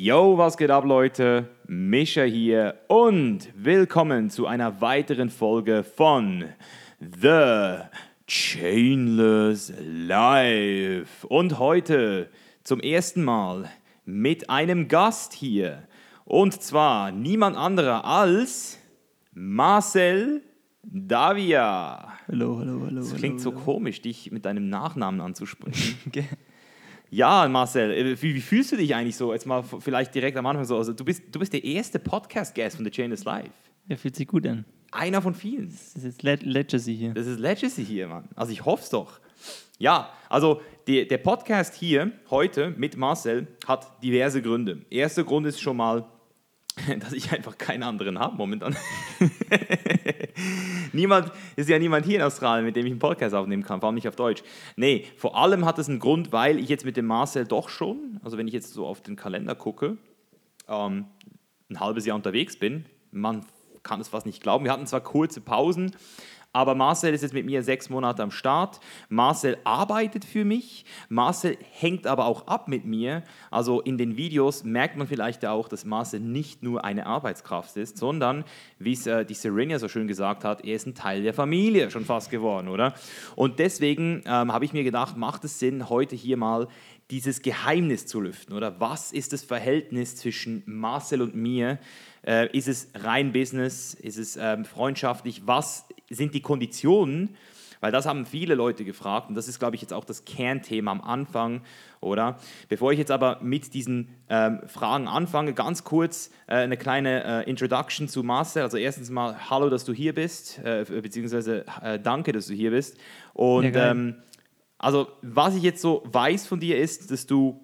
Yo, was geht ab, Leute? Mischa hier und willkommen zu einer weiteren Folge von The Chainless Life. Und heute zum ersten Mal mit einem Gast hier. Und zwar niemand anderer als Marcel Davia. Hallo. Das klingt so komisch, dich mit deinem Nachnamen anzusprechen. Okay. Ja, Marcel, wie fühlst du dich eigentlich so? Jetzt mal vielleicht direkt am Anfang so. Also du bist der erste Podcast-Guest von The Chainless Life. Ja, fühlt sich gut an. Einer von vielen. Das ist jetzt Legacy hier. Das ist Legacy hier, Mann. Also ich hoffe es doch. Ja, also der Podcast hier heute mit Marcel hat diverse Gründe. Erster Grund ist schon mal, dass ich einfach keinen anderen habe momentan. Ist ja niemand hier in Australien, mit dem ich einen Podcast aufnehmen kann, vor allem nicht auf Deutsch. Nee, vor allem hat es einen Grund, weil ich jetzt mit dem Marcel doch schon, also wenn ich jetzt so auf den Kalender gucke, ein halbes Jahr unterwegs bin. Man kann es fast nicht glauben. Wir hatten zwar kurze Pausen, aber Marcel ist jetzt mit mir 6 Monate am Start. Marcel arbeitet für mich. Marcel hängt aber auch ab mit mir. Also in den Videos merkt man vielleicht auch, dass Marcel nicht nur eine Arbeitskraft ist, sondern, wie es die Serenia so schön gesagt hat, er ist ein Teil der Familie schon fast geworden, oder? Und deswegen habe ich mir gedacht, macht es Sinn, heute hier mal dieses Geheimnis zu lüften, oder? Was ist das Verhältnis zwischen Marcel und mir? Ist es rein Business? Ist es freundschaftlich? Was sind die Konditionen? Weil das haben viele Leute gefragt und das ist, glaube ich, jetzt auch das Kernthema am Anfang, oder? Bevor ich jetzt aber mit diesen Fragen anfange, ganz kurz eine kleine Introduction zu Marcel. Also erstens mal, hallo, dass du hier bist, beziehungsweise danke, dass du hier bist. Und Ja, also was ich jetzt so weiß von dir ist, dass du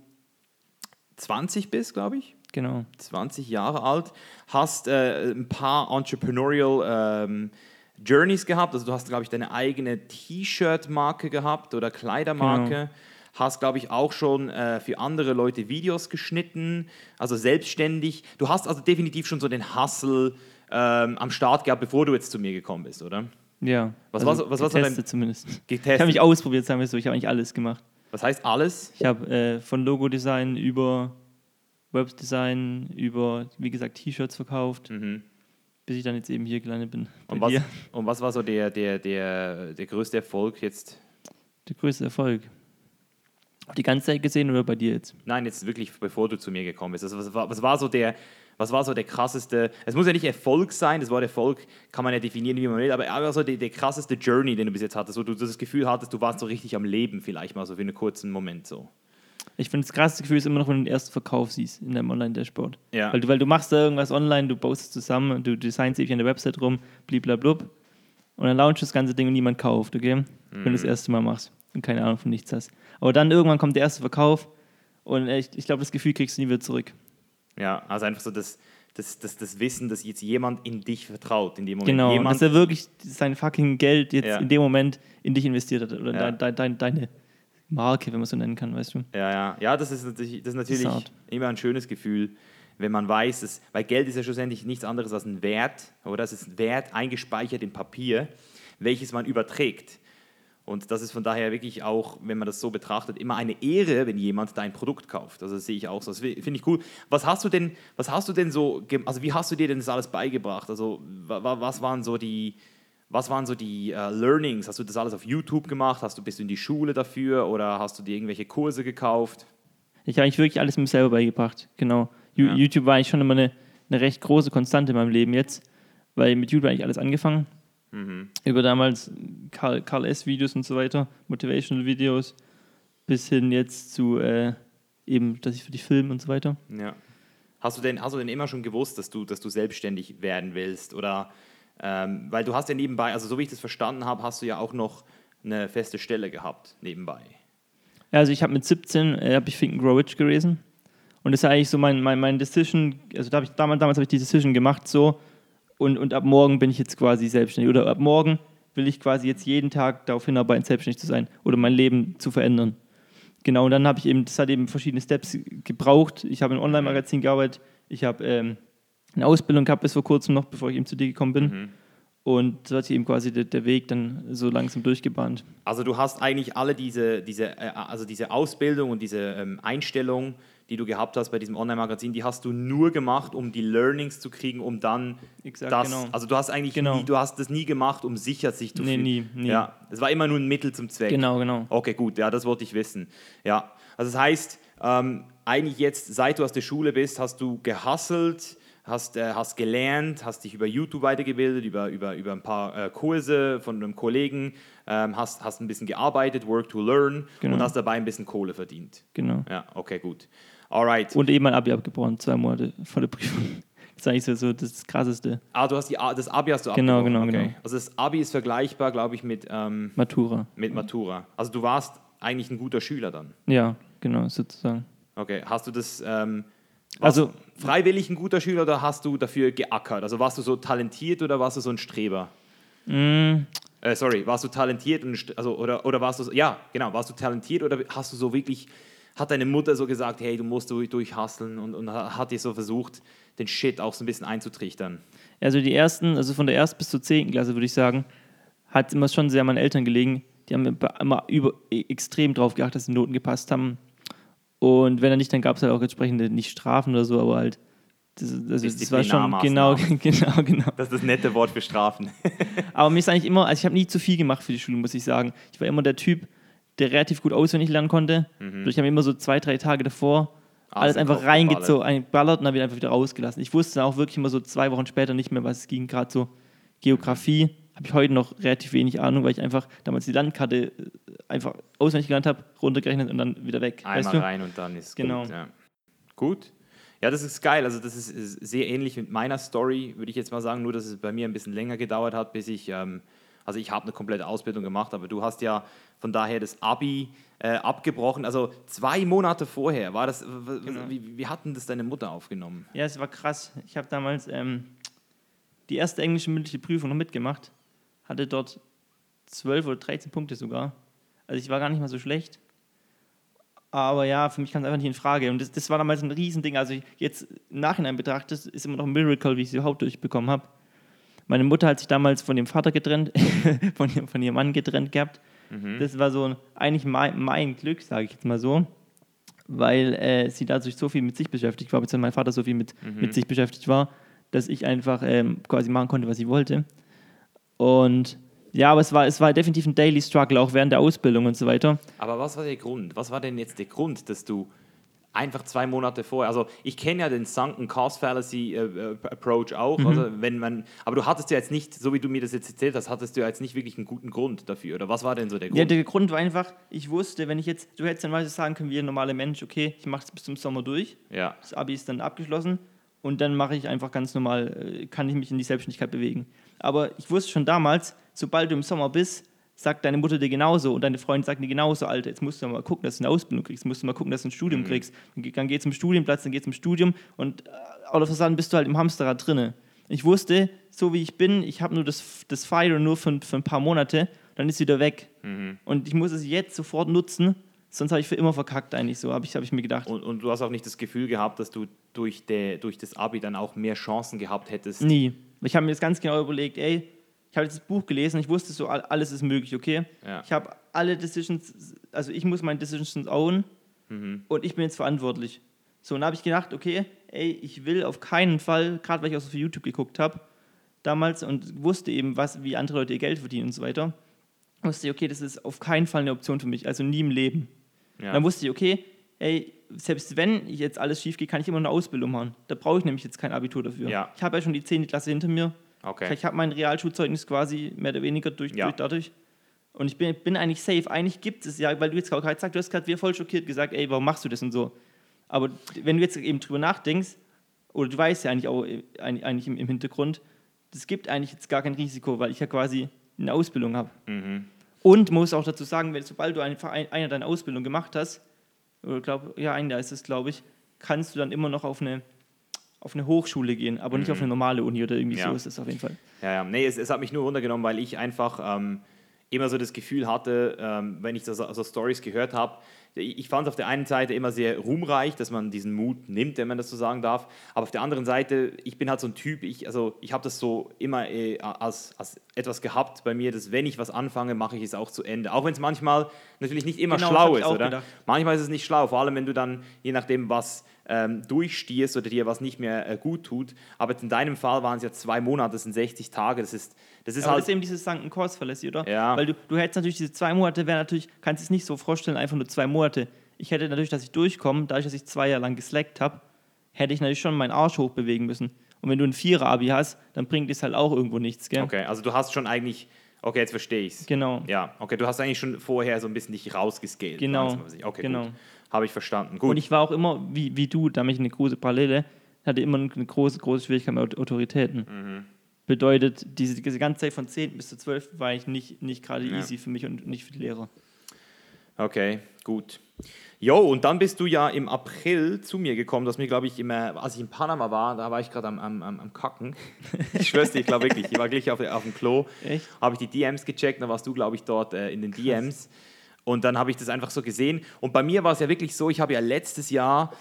20 bist, glaube ich. Genau. 20 Jahre alt, hast ein paar Entrepreneurial Journeys gehabt, also du hast, glaube ich, deine eigene T-Shirt-Marke gehabt oder Kleidermarke, Genau. hast, glaube ich, auch schon für andere Leute Videos geschnitten, also selbstständig. Du hast also definitiv schon so den Hustle am Start gehabt, bevor du jetzt zu mir gekommen bist, oder? Ja. Was also war so getestet zumindest. Getestet. Ich habe mich ausprobiert, sagen wir so. Ich habe eigentlich alles gemacht. Was heißt alles? Ich habe von Logo-Design über Webdesign, über, wie gesagt, T-Shirts verkauft, bis ich dann jetzt eben hier gelandet bin. Und was war so der größte Erfolg jetzt? Der größte Erfolg. Auf die ganze Zeit gesehen oder bei dir jetzt? Nein, jetzt wirklich, bevor du zu mir gekommen bist. Also was war so der krasseste, es muss ja nicht Erfolg sein, das Wort Erfolg kann man ja definieren, wie man will, aber so der krasseste Journey, den du bis jetzt hattest, wo du das Gefühl hattest, du warst so richtig am Leben vielleicht mal so für einen kurzen Moment so. Ich finde, das krasseste Gefühl ist immer noch, wenn du den ersten Verkauf siehst in deinem Online-Dashboard. Ja. Weil du machst da irgendwas online, du baust es zusammen, du designst ewig an der Website rum, bliblablub. Und dann launchst das ganze Ding und niemand kauft, okay? Wenn du das erste Mal machst und keine Ahnung von nichts hast. Aber dann irgendwann kommt der erste Verkauf und ich glaube, das Gefühl kriegst du nie wieder zurück. Ja, also einfach so das Wissen, dass jetzt jemand in dich vertraut, in dem Moment. Genau, dass er wirklich sein fucking Geld jetzt in dem Moment in dich investiert hat oder deine Marke, wenn man es so nennen kann, weißt du? Ja, das ist natürlich immer ein schönes Gefühl, wenn man weiß, weil Geld ist ja schlussendlich nichts anderes als ein Wert, oder? Es ist ein Wert eingespeichert in Papier, welches man überträgt. Und das ist von daher wirklich auch, wenn man das so betrachtet, immer eine Ehre, wenn jemand dein Produkt kauft. Also das sehe ich auch so. Das finde ich cool. Was hast du denn so, also wie hast du dir denn das alles beigebracht? Also was waren so die Learnings? Hast du das alles auf YouTube gemacht? Bist du in die Schule dafür oder hast du dir irgendwelche Kurse gekauft? Ich habe eigentlich wirklich alles mir selber beigebracht, genau. Ja. YouTube war eigentlich schon immer eine recht große Konstante in meinem Leben jetzt, weil mit YouTube eigentlich alles angefangen. Über damals Karl S. Videos und so weiter, Motivational Videos, bis hin jetzt zu eben, dass ich für dich filme und so weiter. Ja. Hast du denn immer schon gewusst, dass du selbstständig werden willst? Oder weil du hast ja nebenbei, also so wie ich das verstanden habe, hast du ja auch noch eine feste Stelle gehabt nebenbei. Ja, also ich habe mit 17 habe ich Think and Grow Rich gelesen und das ist eigentlich so mein Decision, also damals habe ich die Decision gemacht so und ab morgen bin ich jetzt quasi selbstständig oder ab morgen will ich quasi jetzt jeden Tag darauf hinarbeiten, selbstständig zu sein oder mein Leben zu verändern. Genau, und dann habe ich das hat eben verschiedene Steps gebraucht. Ich habe in einem Online-Magazin gearbeitet, ich habe eine Ausbildung gehabt bis vor kurzem noch, bevor ich eben zu dir gekommen bin. Und so hat sich eben quasi der Weg dann so langsam durchgebahnt. Also du hast eigentlich alle diese Ausbildung und diese Einstellung, die du gehabt hast bei diesem Online-Magazin, die hast du nur gemacht, um die Learnings zu kriegen, um dann also du hast eigentlich du hast das nie gemacht, um sicher sich zu fühlen. Nie. Ja, es war immer nur ein Mittel zum Zweck. Genau. Okay, gut, ja, das wollte ich wissen. Ja, also das heißt, eigentlich jetzt, seit du aus der Schule bist, hast du gehustelt, hast gelernt, hast dich über YouTube weitergebildet, über ein paar Kurse von einem Kollegen, hast ein bisschen gearbeitet, work to learn und hast dabei ein bisschen Kohle verdient. Genau. Ja, okay, gut. Alright. Und eben mein Abi abgebrochen, 2 Monate vor der Prüfung. Das ist eigentlich so das Krasseste. Du hast das Abi hast du abgebrochen. Genau. Also das Abi ist vergleichbar, glaube ich, mit Matura. Mit Matura. Also du warst eigentlich ein guter Schüler dann. Ja, genau, sozusagen. Okay, hast du das also freiwillig ein guter Schüler oder hast du dafür geackert? Also warst du so talentiert oder warst du so ein Streber? Warst du talentiert oder warst du warst du talentiert oder hast du so wirklich, hat deine Mutter so gesagt, hey, du musst durchhasseln und hat dir so versucht, den Shit auch so ein bisschen einzutrichtern? Also von der 1. bis zur 10. Klasse würde ich sagen, hat immer schon sehr an meinen Eltern gelegen. Die haben immer extrem drauf geachtet, dass die Noten gepasst haben. Und wenn er nicht, dann gab es halt auch entsprechende, nicht Strafen oder so, aber halt, das war schon, genau. Das ist das nette Wort für Strafen. Aber mir ist eigentlich immer, also ich habe nie zu viel gemacht für die Schule, muss ich sagen. Ich war immer der Typ, der relativ gut auswendig lernen konnte. Ich habe immer so 2-3 Tage davor alles einfach reingeballert und dann einfach wieder rausgelassen. Ich wusste dann auch wirklich immer so 2 Wochen später nicht mehr, was es ging. Gerade so Geografie habe ich heute noch relativ wenig Ahnung, weil ich einfach damals die Landkarte einfach auswendig gelernt habe, runtergerechnet und dann wieder weg. Einmal rein und dann ist es gut. Ja. Gut. Ja, das ist geil. Also das ist sehr ähnlich mit meiner Story, würde ich jetzt mal sagen, nur dass es bei mir ein bisschen länger gedauert hat, bis ich, also ich habe eine komplette Ausbildung gemacht, aber du hast ja von daher das Abi abgebrochen. Also 2 Monate vorher war das, Genau. wie hat denn das deine Mutter aufgenommen? Ja, es war krass. Ich habe damals die erste englische mündliche Prüfung noch mitgemacht, hatte dort 12 oder 13 Punkte sogar. Also ich war gar nicht mal so schlecht. Aber ja, für mich kam es einfach nicht in Frage. Und das war damals ein Riesending. Also jetzt im Nachhinein betrachtet, ist immer noch ein Miracle, wie ich sie überhaupt durchbekommen habe. Meine Mutter hat sich damals von ihrem Vater getrennt, von ihrem Mann getrennt gehabt. Das war so eigentlich mein Glück, sage ich jetzt mal so, weil sie dadurch so viel mit sich beschäftigt war, beziehungsweise mein Vater so viel mit sich beschäftigt war, dass ich einfach quasi machen konnte, was ich wollte. Und ja, aber es war definitiv ein Daily Struggle, auch während der Ausbildung und so weiter. Aber was war der Grund? Was war denn jetzt der Grund, dass du einfach 2 Monate vorher, also ich kenne ja den Sunken Cost Fallacy Approach auch, also aber du hattest ja jetzt nicht, so wie du mir das jetzt erzählt hast, hattest du ja jetzt nicht wirklich einen guten Grund dafür, oder was war denn so der Grund? Ja, der Grund war einfach, ich wusste, du hättest dann weiter sagen können, wie ein normaler Mensch, okay, ich mache es bis zum Sommer durch, das Abi ist dann abgeschlossen und dann mache ich einfach ganz normal, kann ich mich in die Selbstständigkeit bewegen. Aber ich wusste schon damals, sobald du im Sommer bist, sagt deine Mutter dir genauso und deine Freundin sagt dir genauso, Alter, jetzt musst du mal gucken, dass du eine Ausbildung kriegst, musst du mal gucken, dass du ein Studium kriegst. Dann geht's zum Studienplatz, dann geht's zum Studium und all of a sudden bist du halt im Hamsterrad drinne. Ich wusste, so wie ich bin, ich habe nur das Fire nur für ein paar Monate, dann ist es wieder weg. Und ich muss es jetzt sofort nutzen, sonst habe ich für immer verkackt eigentlich, so habe ich mir gedacht. Und du hast auch nicht das Gefühl gehabt, dass du durch das Abi dann auch mehr Chancen gehabt hättest? Nie. Ich habe mir das ganz genau überlegt, ich habe jetzt das Buch gelesen, ich wusste so, alles ist möglich, okay? Ja. Ich habe alle Decisions, also ich muss meine Decisions own und ich bin jetzt verantwortlich. So, und da habe ich gedacht, okay, ich will auf keinen Fall, gerade weil ich auch so für YouTube geguckt habe damals und wusste eben, wie andere Leute ihr Geld verdienen und so weiter, wusste ich, okay, das ist auf keinen Fall eine Option für mich, also nie im Leben. Ja. Dann wusste ich, okay, selbst wenn jetzt alles schief geht, kann ich immer eine Ausbildung machen. Da brauche ich nämlich jetzt kein Abitur dafür. Ja. Ich habe ja schon die 10. Klasse hinter mir. Okay. Ich habe mein Realschulzeugnis quasi mehr oder weniger dadurch. Und ich bin eigentlich safe. Eigentlich gibt es ja, weil du jetzt gerade sagst, du hast gerade wieder voll schockiert gesagt, warum machst du das und so. Aber wenn du jetzt eben drüber nachdenkst, oder du weißt ja eigentlich auch eigentlich im Hintergrund, es gibt eigentlich jetzt gar kein Risiko, weil ich ja quasi eine Ausbildung habe. Und muss auch dazu sagen, sobald du einfach eine deine Ausbildung gemacht hast, oder ein Jahr ist es, glaube ich, kannst du dann immer noch auf eine Hochschule gehen, aber nicht auf eine normale Uni oder irgendwie so ist es auf jeden Fall. Ja. Nee, es hat mich nur runtergenommen, weil ich einfach immer so das Gefühl hatte, wenn ich so Storys gehört habe, ich fand es auf der einen Seite immer sehr ruhmreich, dass man diesen Mut nimmt, wenn man das so sagen darf. Aber auf der anderen Seite, ich bin halt so ein Typ, ich habe das so immer als etwas gehabt bei mir, dass wenn ich was anfange, mache ich es auch zu Ende. Auch wenn es manchmal natürlich nicht immer schlau ist, oder? Gedacht. Manchmal ist es nicht schlau, vor allem wenn du dann, je nachdem, was durchstierst oder dir was nicht mehr gut tut. Aber in deinem Fall waren es ja 2 Monate, das sind 60 Tage. Das ist aber das ist eben dieses Sunken Cost Fallacy, oder? Ja. Weil du hättest natürlich diese 2 Monate, kannst du es nicht so vorstellen, einfach nur 2 Monate. Ich hätte natürlich, dass ich durchkomme, dadurch, dass ich 2 Jahre lang geslackt habe, hätte ich natürlich schon meinen Arsch hochbewegen müssen. Und wenn du ein 4er-Abi hast, dann bringt es halt auch irgendwo nichts, gell? Okay, also du hast schon eigentlich... Okay, jetzt verstehe ich es. Genau. Ja, okay, du hast eigentlich schon vorher so ein bisschen dich rausgescaled. Genau. Okay, genau. Gut. Habe ich verstanden. Gut. Und ich war auch immer, wie du, da mich eine große Parallele, hatte immer eine große Schwierigkeit mit Autoritäten. Mhm. Bedeutet, diese ganze Zeit von 10 bis zu 12 war ich nicht gerade easy für mich und nicht für die Lehrer. Okay, gut. Jo, und dann bist du ja im April zu mir gekommen. Du hast mir, glaube ich, als ich in Panama war, da war ich gerade am Kacken. Ich schwör's dir, ich glaube wirklich, ich war gleich auf dem Klo. Echt? Habe ich die DMs gecheckt, dann warst du, glaube ich, dort in den DMs. Und dann habe ich das einfach so gesehen. Und bei mir war es ja wirklich so, ich habe ja letztes Jahr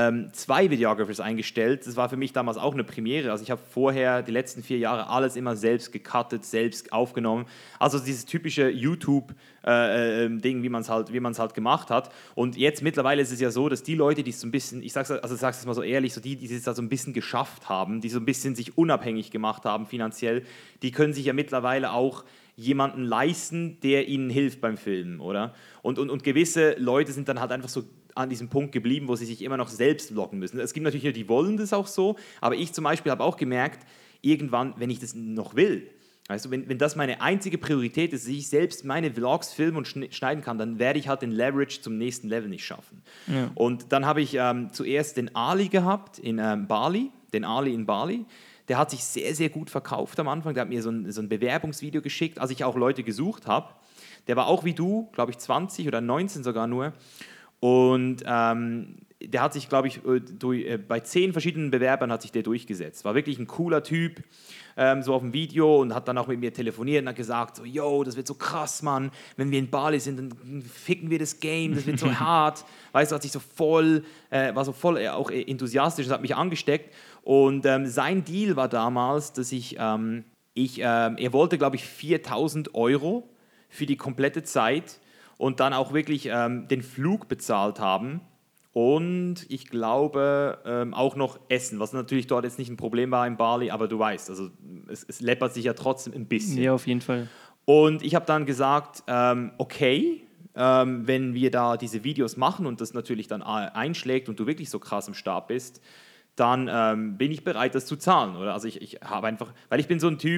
2 Videographers eingestellt. Das war für mich damals auch eine Premiere. Also ich habe vorher die letzten 4 Jahre alles immer selbst gecuttet, selbst aufgenommen. Also dieses typische YouTube-Ding, wie man es halt gemacht hat. Und jetzt mittlerweile ist es ja so, dass die Leute, die es so ein bisschen, ich sag's jetzt mal so ehrlich, so die es da so ein bisschen geschafft haben, die so ein bisschen sich unabhängig gemacht haben finanziell, die können sich ja mittlerweile auch jemanden leisten, der ihnen hilft beim Filmen, oder? Und gewisse Leute sind dann halt einfach so an diesem Punkt geblieben, wo sie sich immer noch selbst vloggen müssen. Es gibt natürlich nur die wollen das auch so, aber ich zum Beispiel habe auch gemerkt, irgendwann, wenn ich das noch will, weißt du, wenn das meine einzige Priorität ist, dass ich selbst meine Vlogs filmen und schneiden kann, dann werde ich halt den Leverage zum nächsten Level nicht schaffen. Ja. Und dann habe ich zuerst den Ali gehabt in Bali, Der hat sich sehr, sehr gut verkauft am Anfang. Der hat mir so ein Bewerbungsvideo geschickt, als ich auch Leute gesucht habe. Der war auch wie du, glaube ich 20 oder 19 sogar nur. Und der hat sich, glaube ich, bei 10 verschiedenen Bewerbern hat sich der durchgesetzt. War wirklich ein cooler Typ, so auf dem Video, und hat dann auch mit mir telefoniert und hat gesagt, so, yo, das wird so krass, Mann, wenn wir in Bali sind, dann ficken wir das Game, das wird so hart. Weißt du, hat sich so war so voll auch enthusiastisch, das hat mich angesteckt. Und sein Deal war damals, dass er wollte, glaube ich, 4.000 € für die komplette Zeit und dann auch wirklich den Flug bezahlt haben und ich glaube auch noch Essen, was natürlich dort jetzt nicht ein Problem war in Bali, aber du weißt, also es läppert sich ja trotzdem ein bisschen. Ja, auf jeden Fall. Und ich habe dann gesagt, okay, wenn wir da diese Videos machen und das natürlich dann einschlägt und du wirklich so krass im Start bist, dann bin ich bereit, das zu zahlen. Oder? Also ich habe einfach, weil ich bin so ein Typ,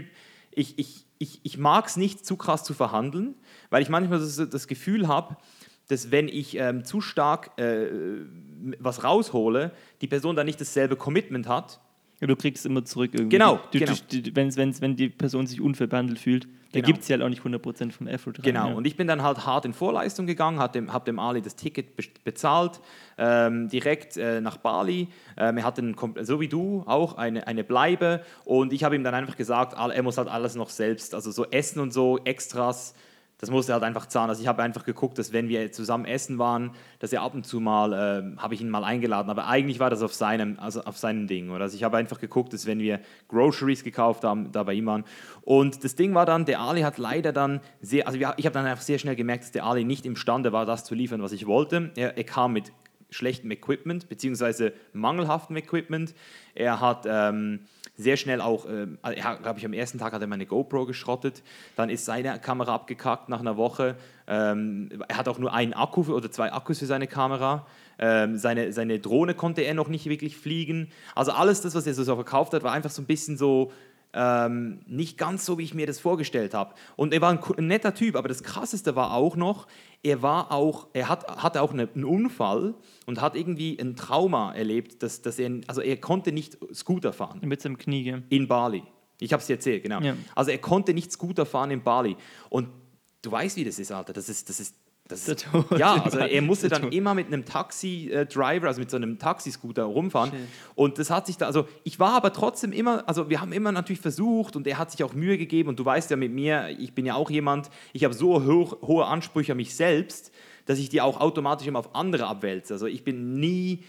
ich mag es nicht, zu krass zu verhandeln, weil ich manchmal das Gefühl habe, dass wenn ich zu stark was raushole, die Person dann nicht dasselbe Commitment hat. Ja, du kriegst immer zurück irgendwie. Genau. Wenn die Person sich unfair behandelt fühlt, dann gibt es ja halt auch nicht 100% vom Effort rein. Genau, ja. Und ich bin dann halt hart in Vorleistung gegangen, habe dem Ali das Ticket bezahlt, direkt nach Bali. Er hatte so wie du auch eine Bleibe, und ich habe ihm dann einfach gesagt, er muss halt alles noch selbst, also so Essen und so, Extras, das musste er halt einfach zahlen. Also ich habe einfach geguckt, dass wenn wir zusammen essen waren, dass er ab und zu mal, habe ich ihn mal eingeladen, aber eigentlich war das auf seinem Ding. Oder? Also ich habe einfach geguckt, dass wenn wir Groceries gekauft haben, da bei ihm waren. Und das Ding war dann, der Ali hat leider dann ich habe dann einfach sehr schnell gemerkt, dass der Ali nicht imstande war, das zu liefern, was ich wollte. Er kam mit schlechtem Equipment, beziehungsweise mangelhaftem Equipment. Er hat sehr schnell auch, glaube ich, am ersten Tag hat er meine GoPro geschrottet, dann ist seine Kamera abgekackt nach einer Woche. Er hat auch nur einen Akku oder 2 Akkus für seine Kamera. Seine Drohne konnte er noch nicht wirklich fliegen. Also alles das, was er so verkauft hat, war einfach so ein bisschen so nicht ganz so, wie ich mir das vorgestellt habe. Und er war ein netter Typ, aber das Krasseste war auch noch, er hatte auch einen Unfall und hat irgendwie ein Trauma erlebt, dass er konnte nicht Scooter fahren. Mit seinem Knie, gell? In Bali. Ich habe es dir erzählt, genau. Ja. Also er konnte nicht Scooter fahren in Bali. Und du weißt, wie das ist, Alter. Das ist ja, also er musste dann immer mit einem Taxi-Driver, also mit so einem Taxiscooter rumfahren. Schön. Und das hat sich also ich war aber trotzdem immer, also wir haben immer natürlich versucht und er hat sich auch Mühe gegeben und du weißt ja mit mir, ich bin ja auch jemand, ich habe so hohe Ansprüche an mich selbst, dass ich die auch automatisch immer auf andere abwälze. Also ich bin nie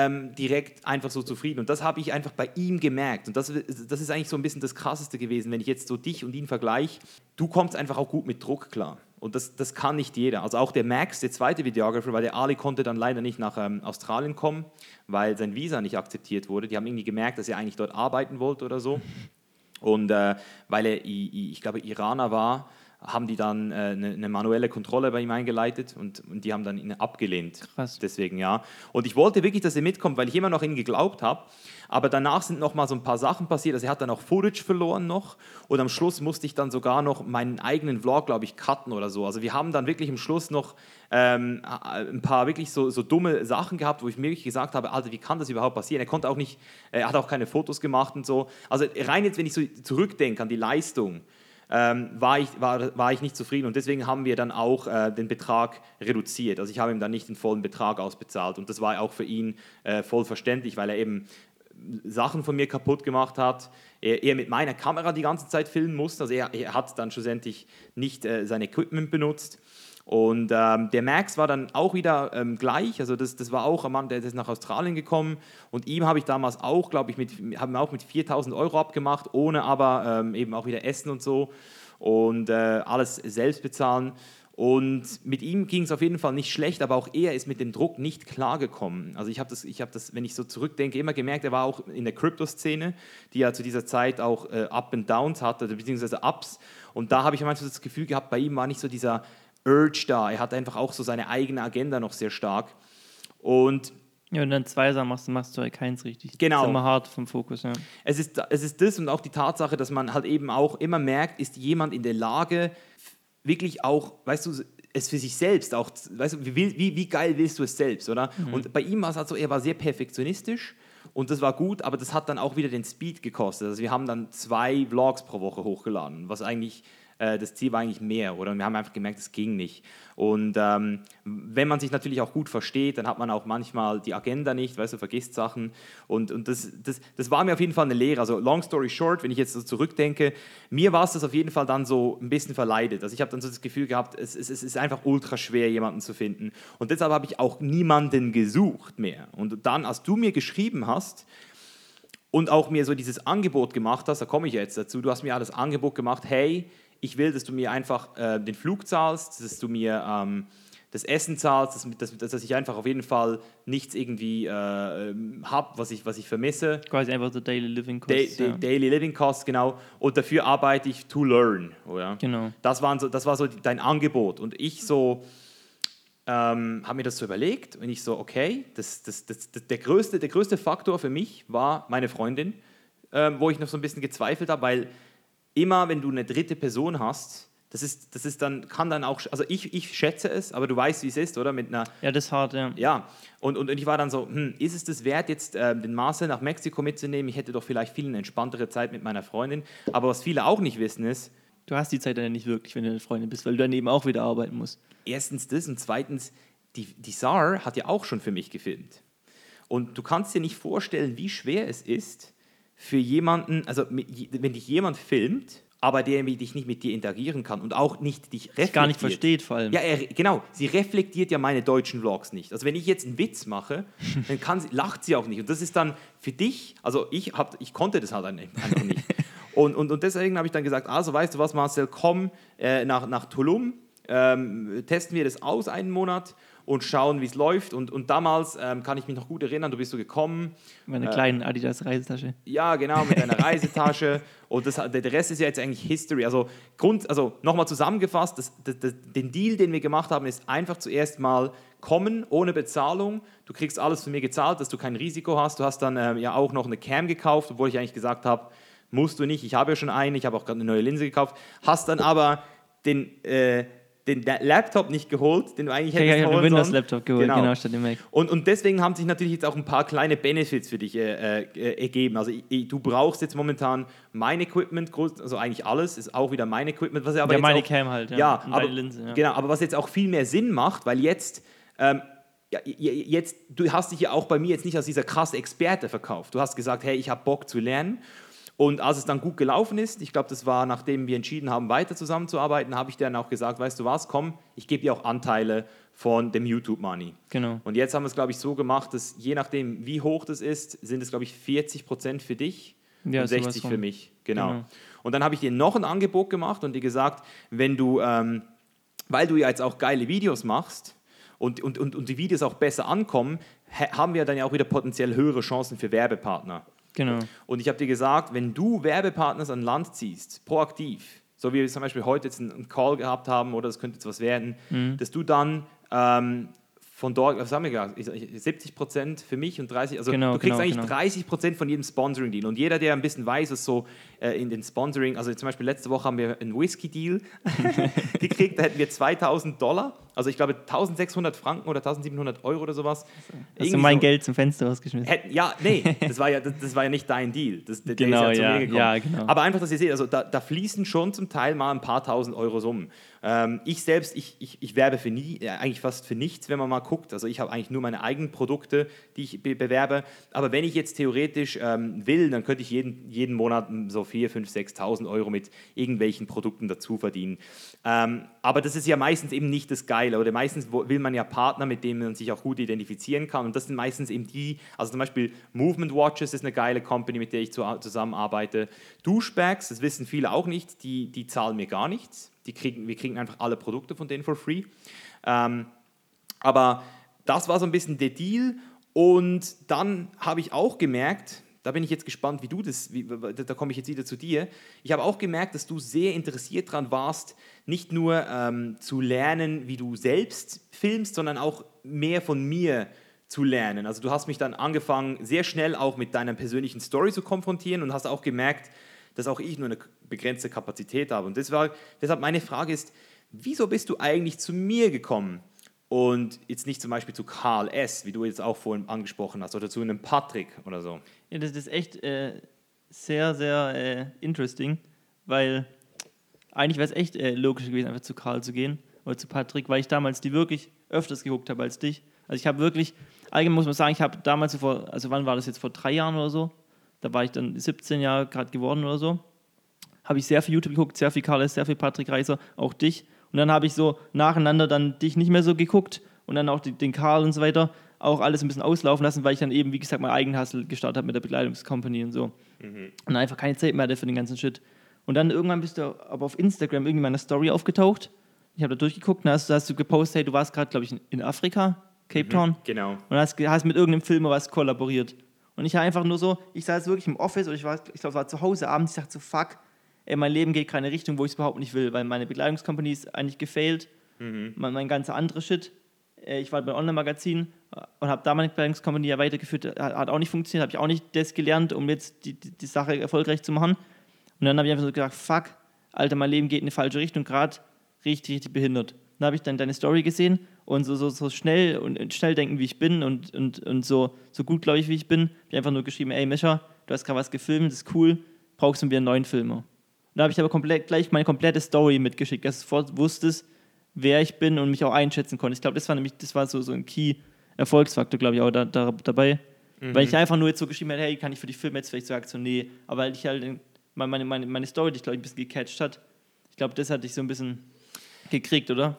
direkt einfach so zufrieden. Und das habe ich einfach bei ihm gemerkt. Und das ist eigentlich so ein bisschen das Krasseste gewesen, wenn ich jetzt so dich und ihn vergleiche. Du kommst einfach auch gut mit Druck klar. Und das kann nicht jeder. Also auch der Max, der zweite Videographer, weil der Ali konnte dann leider nicht nach Australien kommen, weil sein Visa nicht akzeptiert wurde. Die haben irgendwie gemerkt, dass er eigentlich dort arbeiten wollte oder so. Und weil er, ich glaube, Iraner war, haben die dann eine manuelle Kontrolle bei ihm eingeleitet und die haben dann ihn abgelehnt. Krass. Deswegen, ja. Und ich wollte wirklich, dass er mitkommt, weil ich immer noch an ihn geglaubt habe. Aber danach sind noch mal so ein paar Sachen passiert. Also er hat dann auch Footage verloren noch. Und am Schluss musste ich dann sogar noch meinen eigenen Vlog, glaube ich, cutten oder so. Also wir haben dann wirklich am Schluss noch ein paar wirklich so dumme Sachen gehabt, wo ich mir wirklich gesagt habe, Alter, wie kann das überhaupt passieren? Er hat auch keine Fotos gemacht und so. Also rein jetzt, wenn ich so zurückdenke an die Leistung, war ich nicht zufrieden und deswegen haben wir dann auch den Betrag reduziert. Also ich habe ihm dann nicht den vollen Betrag ausbezahlt und das war auch für ihn voll verständlich, weil er eben Sachen von mir kaputt gemacht hat. Er mit meiner Kamera die ganze Zeit filmen musste, also er hat dann schlussendlich nicht sein Equipment benutzt. Und der Max war dann auch wieder gleich, also das war auch ein Mann, der ist nach Australien gekommen und ihm habe ich damals auch, glaube ich, haben wir auch mit 4.000 € abgemacht, ohne aber eben auch wieder Essen und so und alles selbst bezahlen. Und mit ihm ging es auf jeden Fall nicht schlecht, aber auch er ist mit dem Druck nicht klargekommen. Also ich habe das, wenn ich so zurückdenke, immer gemerkt, er war auch in der Krypto-Szene, die ja zu dieser Zeit auch Up and Downs hatte, beziehungsweise Ups. Und da habe ich manchmal das Gefühl gehabt, bei ihm war nicht so dieser Urge da. Er hat einfach auch so seine eigene Agenda noch sehr stark. Und ja, und dann zwei Sachen machst du halt keins richtig. Genau. Das ist immer hart vom Fokus, ja. Es ist das und auch die Tatsache, dass man halt eben auch immer merkt, ist jemand in der Lage, wirklich auch, weißt du, es für sich selbst auch, weißt du, wie geil willst du es selbst, oder? Mhm. Und bei ihm war es halt so, er war sehr perfektionistisch und das war gut, aber das hat dann auch wieder den Speed gekostet. Also wir haben dann 2 Vlogs pro Woche hochgeladen, was eigentlich das Ziel war eigentlich mehr, oder? Und wir haben einfach gemerkt, es ging nicht. Und wenn man sich natürlich auch gut versteht, dann hat man auch manchmal die Agenda nicht, weißt du, vergisst Sachen. Und das war mir auf jeden Fall eine Lehre. Also long story short, wenn ich jetzt so zurückdenke, mir war es das auf jeden Fall dann so ein bisschen verleidet. Also ich habe dann so das Gefühl gehabt, es ist einfach ultra schwer, jemanden zu finden. Und deshalb habe ich auch niemanden gesucht mehr. Und dann, als du mir geschrieben hast, und auch mir so dieses Angebot gemacht hast, da komme ich jetzt dazu, du hast mir das Angebot gemacht, hey, ich will, dass du mir einfach den Flug zahlst, dass du mir das Essen zahlst, dass ich einfach auf jeden Fall nichts irgendwie habe, was ich vermisse. Quasi einfach so Daily Living Costs. Daily Living Costs, genau. Und dafür arbeite ich to learn, oder? Genau. Das war so dein Angebot. Und ich so habe mir das so überlegt und ich so, okay, der größte Faktor für mich war meine Freundin, wo ich noch so ein bisschen gezweifelt habe, weil immer, wenn du eine dritte Person hast, das ist dann, kann dann auch, also ich schätze es, aber du weißt, wie es ist, oder? Mit einer, ja, das ist hart, ja. Ja, und ich war dann so, ist es das wert, jetzt den Marcel nach Mexiko mitzunehmen? Ich hätte doch vielleicht viel eine entspanntere Zeit mit meiner Freundin. Aber was viele auch nicht wissen ist, du hast die Zeit dann nicht wirklich, wenn du eine Freundin bist, weil du dann eben auch wieder arbeiten musst. Erstens das und zweitens, die Sar hat ja auch schon für mich gefilmt. Und du kannst dir nicht vorstellen, wie schwer es ist, für jemanden, also wenn dich jemand filmt, aber der nicht mit dir interagieren kann und auch nicht dich reflektiert. Gar nicht versteht vor allem. Ja, genau. Sie reflektiert ja meine deutschen Vlogs nicht. Also wenn ich jetzt einen Witz mache, dann lacht sie auch nicht. Und das ist dann für dich, also ich konnte das halt einfach nicht. Und deswegen habe ich dann gesagt, also weißt du was, Marcel, komm nach Tulum, testen wir das aus einen Monat und schauen, wie es läuft. Und damals kann ich mich noch gut erinnern, du bist so gekommen. Mit einer kleinen Adidas-Reisetasche. Ja, genau, mit einer Reisetasche. Und der Rest ist ja jetzt eigentlich History. Also nochmal zusammengefasst, den Deal, den wir gemacht haben, ist einfach zuerst mal kommen, ohne Bezahlung. Du kriegst alles von mir gezahlt, dass du kein Risiko hast. Du hast dann ja auch noch eine Cam gekauft, obwohl ich eigentlich gesagt habe, musst du nicht. Ich habe ja schon eine, ich habe auch gerade eine neue Linse gekauft. Hast dann aber den Laptop nicht geholt, den du eigentlich hättest holen sollen. Ich habe einen Windows-Laptop geholt, genau, statt dem Mac. Und deswegen haben sich natürlich jetzt auch ein paar kleine Benefits für dich ergeben. Also du brauchst jetzt momentan mein Equipment, also eigentlich alles, ist auch wieder mein Equipment. Was aber ja, jetzt meine auch, Cam halt, ja. Ja, und aber, Linse, ja. Genau, aber was jetzt auch viel mehr Sinn macht, weil jetzt... du hast dich ja auch bei mir jetzt nicht als dieser krasse Experte verkauft. Du hast gesagt, hey, ich habe Bock zu lernen. Und als es dann gut gelaufen ist, ich glaube, das war, nachdem wir entschieden haben, weiter zusammenzuarbeiten, habe ich dann auch gesagt, weißt du was, komm, ich gebe dir auch Anteile von dem YouTube-Money. Genau. Und jetzt haben wir es, glaube ich, so gemacht, dass je nachdem, wie hoch das ist, sind es, glaube ich, 40% für dich Ja, und sowas 60 rum. für mich. Genau. Genau. Und dann habe ich dir noch ein Angebot gemacht und dir gesagt, wenn du, weil du ja jetzt auch geile Videos machst und die Videos auch besser ankommen, haben wir dann ja auch wieder potenziell höhere Chancen für Werbepartner. Genau. Und ich habe dir gesagt, wenn du Werbepartners an Land ziehst, proaktiv, so wie wir zum Beispiel heute jetzt einen Call gehabt haben oder das könnte jetzt was werden, dass du dann von dort, was haben wir gesagt, 70% für mich und 30%, also Genau, du kriegst genau, eigentlich genau. 30% von jedem Sponsoring-Deal. Und jeder, der ein bisschen weiß, was so in den Sponsoring, also zum Beispiel letzte Woche haben wir einen Whisky-Deal gekriegt, da hätten wir $2.000, also ich glaube 1.600 Franken oder 1.700 Euro oder sowas. Hast du mein Geld zum Fenster rausgeschmissen? Ja, nee, das war ja nicht dein Deal. Der Genau, ist ja zu ja, mir gekommen. ja, genau. Aber einfach, dass ihr seht, also da fließen schon zum Teil mal ein paar tausend Euro Summen. Ich selbst, ich werbe eigentlich fast für nichts, wenn man mal guckt. Also ich habe eigentlich nur meine eigenen Produkte, die ich bewerbe. Aber wenn ich jetzt theoretisch will, dann könnte ich jeden Monat so 4.000, 5.000, 6.000 Euro mit irgendwelchen Produkten dazu verdienen. Aber das ist ja meistens eben nicht das Geile. Oder meistens will man ja Partner, mit denen man sich auch gut identifizieren kann. Und das sind meistens eben die, also zum Beispiel Movement Watches ist eine geile Company, mit der ich zusammenarbeite. Douchebags, das wissen viele auch nicht, die zahlen mir gar nichts. Wir kriegen einfach alle Produkte von denen for free. Aber das war so ein bisschen der Deal. Und dann habe ich auch gemerkt, da bin ich jetzt gespannt, da komme ich jetzt wieder zu dir. Ich habe auch gemerkt, dass du sehr interessiert daran warst, nicht nur zu lernen, wie du selbst filmst, sondern auch mehr von mir zu lernen. Also du hast mich dann angefangen, sehr schnell auch mit deiner persönlichen Story zu konfrontieren und hast auch gemerkt, dass auch ich nur eine begrenzte Kapazität habe. Und deshalb meine Frage ist, wieso bist du eigentlich zu mir gekommen und jetzt nicht zum Beispiel zu Karl S., wie du jetzt auch vorhin angesprochen hast, oder zu einem Patrick oder so? Ja, das ist echt sehr, sehr interesting, weil eigentlich wäre es echt logisch gewesen, einfach zu Karl zu gehen oder zu Patrick, weil ich damals die wirklich öfters geguckt habe als dich. Also ich habe wirklich, allgemein muss man sagen, ich habe damals wann war das jetzt, vor 3 Jahren oder so, da war ich dann 17 Jahre gerade geworden oder so, habe ich sehr viel YouTube geguckt, sehr viel Karl S., sehr viel Patrick Reiser, auch dich. Und dann habe ich so nacheinander dann dich nicht mehr so geguckt und dann auch den Karl und so weiter, auch alles ein bisschen auslaufen lassen, weil ich dann eben, wie gesagt, mein eigenen Hustle gestartet habe mit der Bekleidungscompany und so. Und einfach keine Zeit mehr hatte für den ganzen Shit. Und dann irgendwann bist du aber auf Instagram irgendwie in meiner Story aufgetaucht. Ich habe da durchgeguckt und hast du gepostet, hey, du warst gerade, glaube ich, in Afrika, Cape Town. Genau. Und hast mit irgendeinem Filmer was kollaboriert. Und ich war einfach nur so, ich saß wirklich im Office oder ich glaube, es war zu Hause abends, ich dachte so, fuck, mein Leben geht keine Richtung, wo ich es überhaupt nicht will, weil meine Bekleidungscompany ist eigentlich gefailt, mein ganzer anderer Shit. Ich war bei Online-Magazin und habe da meine Bekleidungscompany ja weitergeführt, hat auch nicht funktioniert, habe ich auch nicht das gelernt, um jetzt die Sache erfolgreich zu machen. Und dann habe ich einfach so gedacht, fuck, Alter, mein Leben geht in die falsche Richtung, gerade richtig, richtig behindert. Dann habe ich dann deine Story gesehen und so schnell und schnell denken, wie ich bin und so gut, glaube ich, wie ich bin, habe ich einfach nur geschrieben, ey Mischa, du hast gerade was gefilmt, das ist cool, brauchst du wieder einen neuen Filmer. Und da habe ich aber gleich meine komplette Story mitgeschickt, dass du sofort wusstest, wer ich bin und mich auch einschätzen konnte. Ich glaube, das war so ein Key-Erfolgsfaktor, glaube ich, auch dabei. Weil ich einfach nur jetzt so geschrieben habe, hey, kann ich für dich filmen? Jetzt vielleicht so so, nee, aber weil ich halt meine Story dich, glaube ich, ein bisschen gecatcht hat. Ich glaube, das hat dich so ein bisschen gekriegt, oder?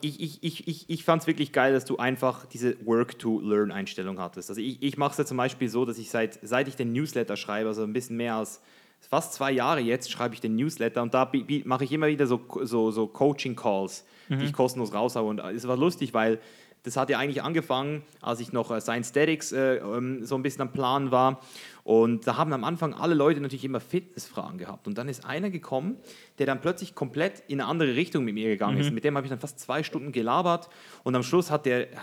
Ich fand es wirklich geil, dass du einfach diese Work-to-Learn-Einstellung hattest. Also ich mache es ja zum Beispiel so, dass ich seit ich den Newsletter schreibe, also ein bisschen mehr als fast 2 Jahre jetzt, schreibe ich den Newsletter und da mache ich immer wieder so Coaching-Calls, die ich kostenlos raushaue. Und es war lustig, weil das hat ja eigentlich angefangen, als ich noch Science Statics so ein bisschen am Plan war. Und da haben am Anfang alle Leute natürlich immer Fitnessfragen gehabt. Und dann ist einer gekommen, der dann plötzlich komplett in eine andere Richtung mit mir gegangen ist. Mit dem habe ich dann fast 2 Stunden gelabert. Und am Schluss hat der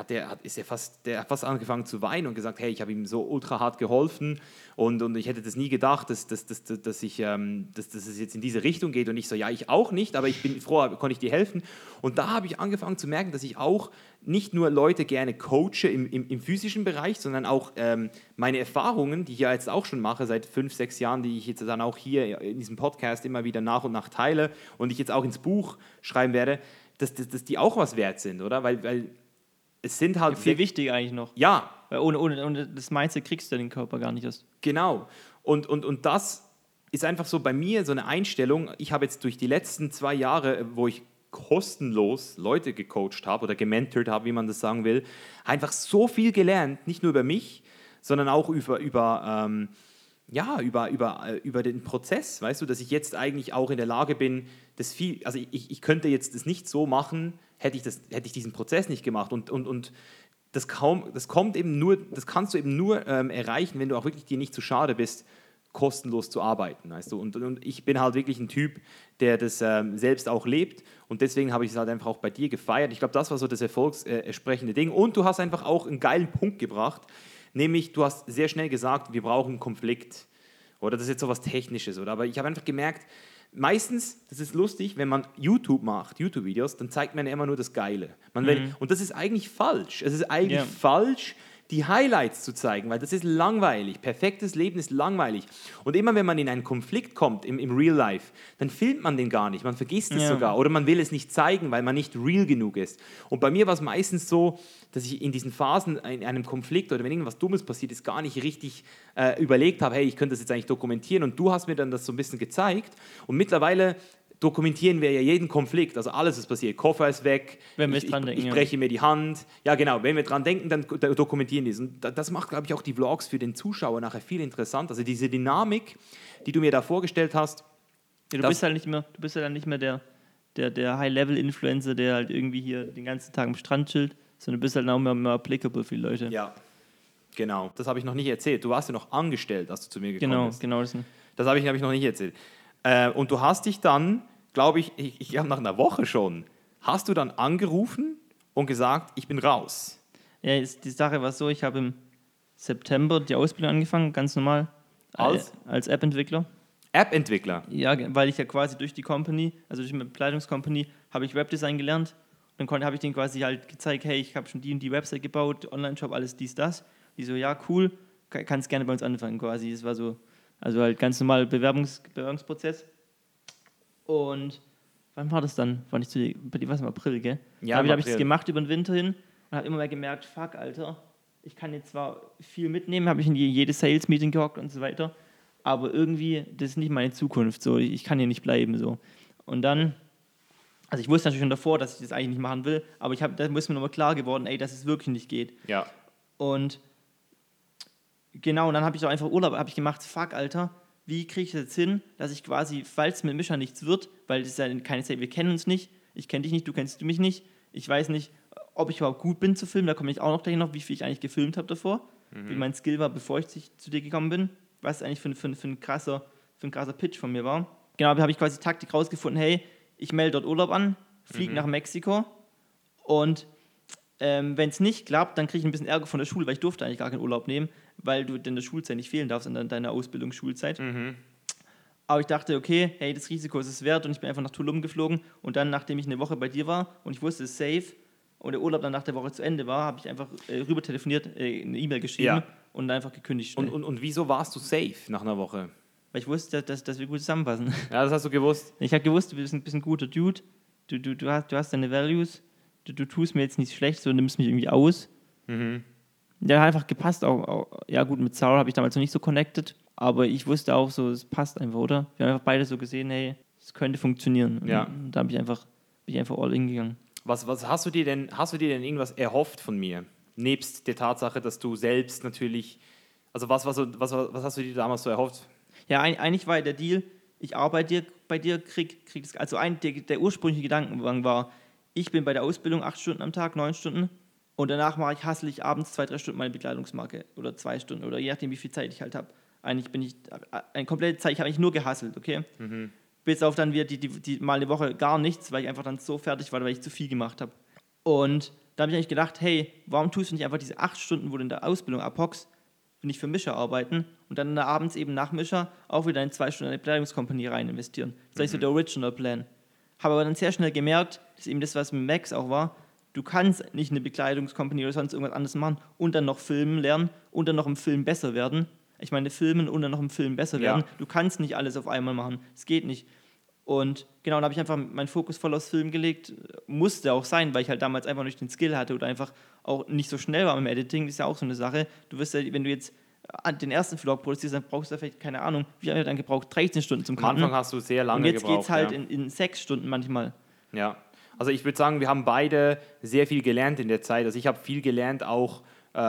fast angefangen zu weinen und gesagt, hey, ich habe ihm so ultra hart geholfen. Und ich hätte das nie gedacht, dass es jetzt in diese Richtung geht. Und ich so, ja, ich auch nicht, aber ich bin froh, konnte ich dir helfen. Und da habe ich angefangen zu merken, dass ich auch nicht nur Leute gerne coache im physischen Bereich, sondern auch meine Erfahrungen, die ich ja jetzt auch schon mache, seit 5, 6 Jahren, die ich jetzt dann auch hier in diesem Podcast immer wieder nach und nach teile und ich jetzt auch ins Buch schreiben werde, dass die auch was wert sind, oder? Weil es sind halt... Viel wichtiger eigentlich noch. Ja. Weil ohne das Mindset kriegst du den Körper gar nicht erst. Genau. Und das ist einfach so bei mir so eine Einstellung. Ich habe jetzt durch die letzten 2 Jahre, wo ich kostenlos Leute gecoacht habe oder gementort habe, wie man das sagen will, einfach so viel gelernt, nicht nur über mich, sondern auch über den Prozess, weißt du, dass ich jetzt eigentlich auch in der Lage bin, ich könnte jetzt das nicht so machen, hätte ich diesen Prozess nicht gemacht und das kannst du eben nur erreichen, wenn du auch wirklich dir nicht zu schade bist, kostenlos zu arbeiten, weißt du, und ich bin halt wirklich ein Typ, der das selbst auch lebt und deswegen habe ich es halt einfach auch bei dir gefeiert. Ich glaube, das war so das erfolgsersprechende Ding und du hast einfach auch einen geilen Punkt gebracht, nämlich du hast sehr schnell gesagt, wir brauchen einen Konflikt oder das ist jetzt so was Technisches, oder? Aber ich habe einfach gemerkt, meistens, das ist lustig, wenn man YouTube macht, YouTube-Videos, dann zeigt man ja immer nur das Geile. Und das ist eigentlich falsch. Es ist eigentlich falsch, die Highlights zu zeigen, weil das ist langweilig. Perfektes Leben ist langweilig. Und immer wenn man in einen Konflikt kommt, im Real Life, dann filmt man den gar nicht. Man vergisst es sogar oder man will es nicht zeigen, weil man nicht real genug ist. Und bei mir war es meistens so, dass ich in diesen Phasen in einem Konflikt oder wenn irgendwas Dummes passiert ist, gar nicht richtig überlegt habe, hey, ich könnte das jetzt eigentlich dokumentieren. Und du hast mir dann das so ein bisschen gezeigt. Und mittlerweile dokumentieren wir ja jeden Konflikt, also alles, was passiert. Koffer ist weg, ich breche mir die Hand. Ja, genau, wenn wir dran denken, dann dokumentieren wir es. Und das macht, glaube ich, auch die Vlogs für den Zuschauer nachher viel interessant. Also diese Dynamik, die du mir da vorgestellt hast. Ja, du bist halt nicht mehr der High-Level-Influencer, der halt irgendwie hier den ganzen Tag am Strand chillt, sondern du bist halt auch mehr applicable für die Leute. Ja, genau. Das habe ich noch nicht erzählt. Du warst ja noch angestellt, als du zu mir gekommen bist. Genau. Das habe ich noch nicht erzählt. Und du hast dich dann, glaube ich habe nach einer Woche schon, hast du dann angerufen und gesagt, ich bin raus. Ja, die Sache war so, ich habe im September die Ausbildung angefangen, ganz normal, als App-Entwickler. App-Entwickler? Ja, weil ich ja quasi durch die Company, also durch meine Bekleidungscompany, habe ich Webdesign gelernt. Dann habe ich denen quasi halt gezeigt, hey, ich habe schon die und die Website gebaut, Online-Shop, alles dies, das. Die so, ja, cool, kannst gerne bei uns anfangen quasi. Das war so, also halt ganz normal Bewerbungsprozess. Und wann war das dann? Bei dir war es im April, gell? Ja, habe ich das gemacht über den Winter hin und habe immer mehr gemerkt, fuck, Alter, ich kann jetzt zwar viel mitnehmen, habe ich in jedes Sales-Meeting gehockt und so weiter, aber irgendwie, das ist nicht meine Zukunft, so, ich kann hier nicht bleiben, so. Und dann, also ich wusste natürlich schon davor, dass ich das eigentlich nicht machen will, aber da ist mir nochmal klar geworden, dass es wirklich nicht geht. Ja. Und genau, und dann habe ich auch einfach Urlaub gemacht, fuck, Alter, wie kriege ich das jetzt hin, dass ich quasi, falls mit Mischa nichts wird, weil das ist ja keine Zeit, wir kennen uns nicht, ich kenne dich nicht, du kennst mich nicht, ich weiß nicht, ob ich überhaupt gut bin zu filmen, da komme ich auch noch gleich noch, wie viel ich eigentlich gefilmt habe davor, wie mein Skill war, bevor ich zu dir gekommen bin, was eigentlich für ein krasser Pitch von mir war. Genau, da habe ich quasi Taktik rausgefunden, hey, ich melde dort Urlaub an, fliege nach Mexiko und wenn es nicht klappt, dann kriege ich ein bisschen Ärger von der Schule, weil ich durfte eigentlich gar keinen Urlaub nehmen, weil du in der Schulzeit nicht fehlen darfst, in deiner Ausbildungsschulzeit. Aber ich dachte, okay, hey, das Risiko ist es wert und ich bin einfach nach Tulum geflogen und dann, nachdem ich eine Woche bei dir war und ich wusste, es ist safe und der Urlaub dann nach der Woche zu Ende war, habe ich einfach rüber telefoniert, eine E-Mail geschrieben und einfach gekündigt. Und wieso warst du safe nach einer Woche? Weil ich wusste, dass wir gut zusammenpassen. Ja, das hast du gewusst. Ich habe gewusst, du bist ein guter Dude, du hast deine Values, du tust mir jetzt nicht schlecht, so nimmst mich irgendwie aus. Der hat einfach gepasst, auch ja gut, mit Saul habe ich damals noch nicht so connected, aber ich wusste auch so, es passt einfach, oder? Wir haben einfach beide so gesehen, hey, es könnte funktionieren. Ja. Und da bin ich einfach all in gegangen. Was hast du dir denn irgendwas erhofft von mir? Nebst der Tatsache, dass du selbst natürlich, also was hast du dir damals so erhofft? Ja, eigentlich war der Deal, ich arbeite bei dir, krieg das, also der ursprüngliche Gedankengang war, ich bin bei der Ausbildung 8 Stunden am Tag, 9 Stunden und danach hustle ich abends 2-3 Stunden meine Bekleidungsmarke oder 2 Stunden oder je nachdem, wie viel Zeit ich halt habe. Eigentlich bin ich eine komplette Zeit, ich habe eigentlich nur gehustelt, okay? Bis auf dann wieder die mal eine Woche gar nichts, weil ich einfach dann so fertig war, weil ich zu viel gemacht habe. Und da habe ich eigentlich gedacht, hey, warum tust du nicht einfach diese 8 Stunden, wo du in der Ausbildung abhockst, nicht für Mischa arbeiten und dann abends eben nach Mischa auch wieder in 2 Stunden in eine Bekleidungskompanie rein investieren. Das ist so der Original Plan. Habe aber dann sehr schnell gemerkt, dass eben das, was mit Max auch war, du kannst nicht eine Bekleidungskompanie oder sonst irgendwas anderes machen und dann noch filmen lernen und dann noch im Film besser werden. Ich meine, filmen und dann noch im Film besser werden. Du kannst nicht alles auf einmal machen. Es geht nicht. Und genau, da habe ich einfach meinen Fokus voll aufs Film gelegt. Musste auch sein, weil ich halt damals einfach nicht den Skill hatte oder einfach auch nicht so schnell war im Editing. Das ist ja auch so eine Sache. Du wirst ja, wenn du jetzt den ersten Vlog produzierst, dann brauchst du vielleicht, keine Ahnung, wie lange dann gebraucht? 13 Stunden zum Cutten. Am Anfang hast du sehr lange gebraucht. Und jetzt geht es halt in 6 Stunden manchmal. Ja. Also ich würde sagen, wir haben beide sehr viel gelernt in der Zeit. Also ich habe viel gelernt, auch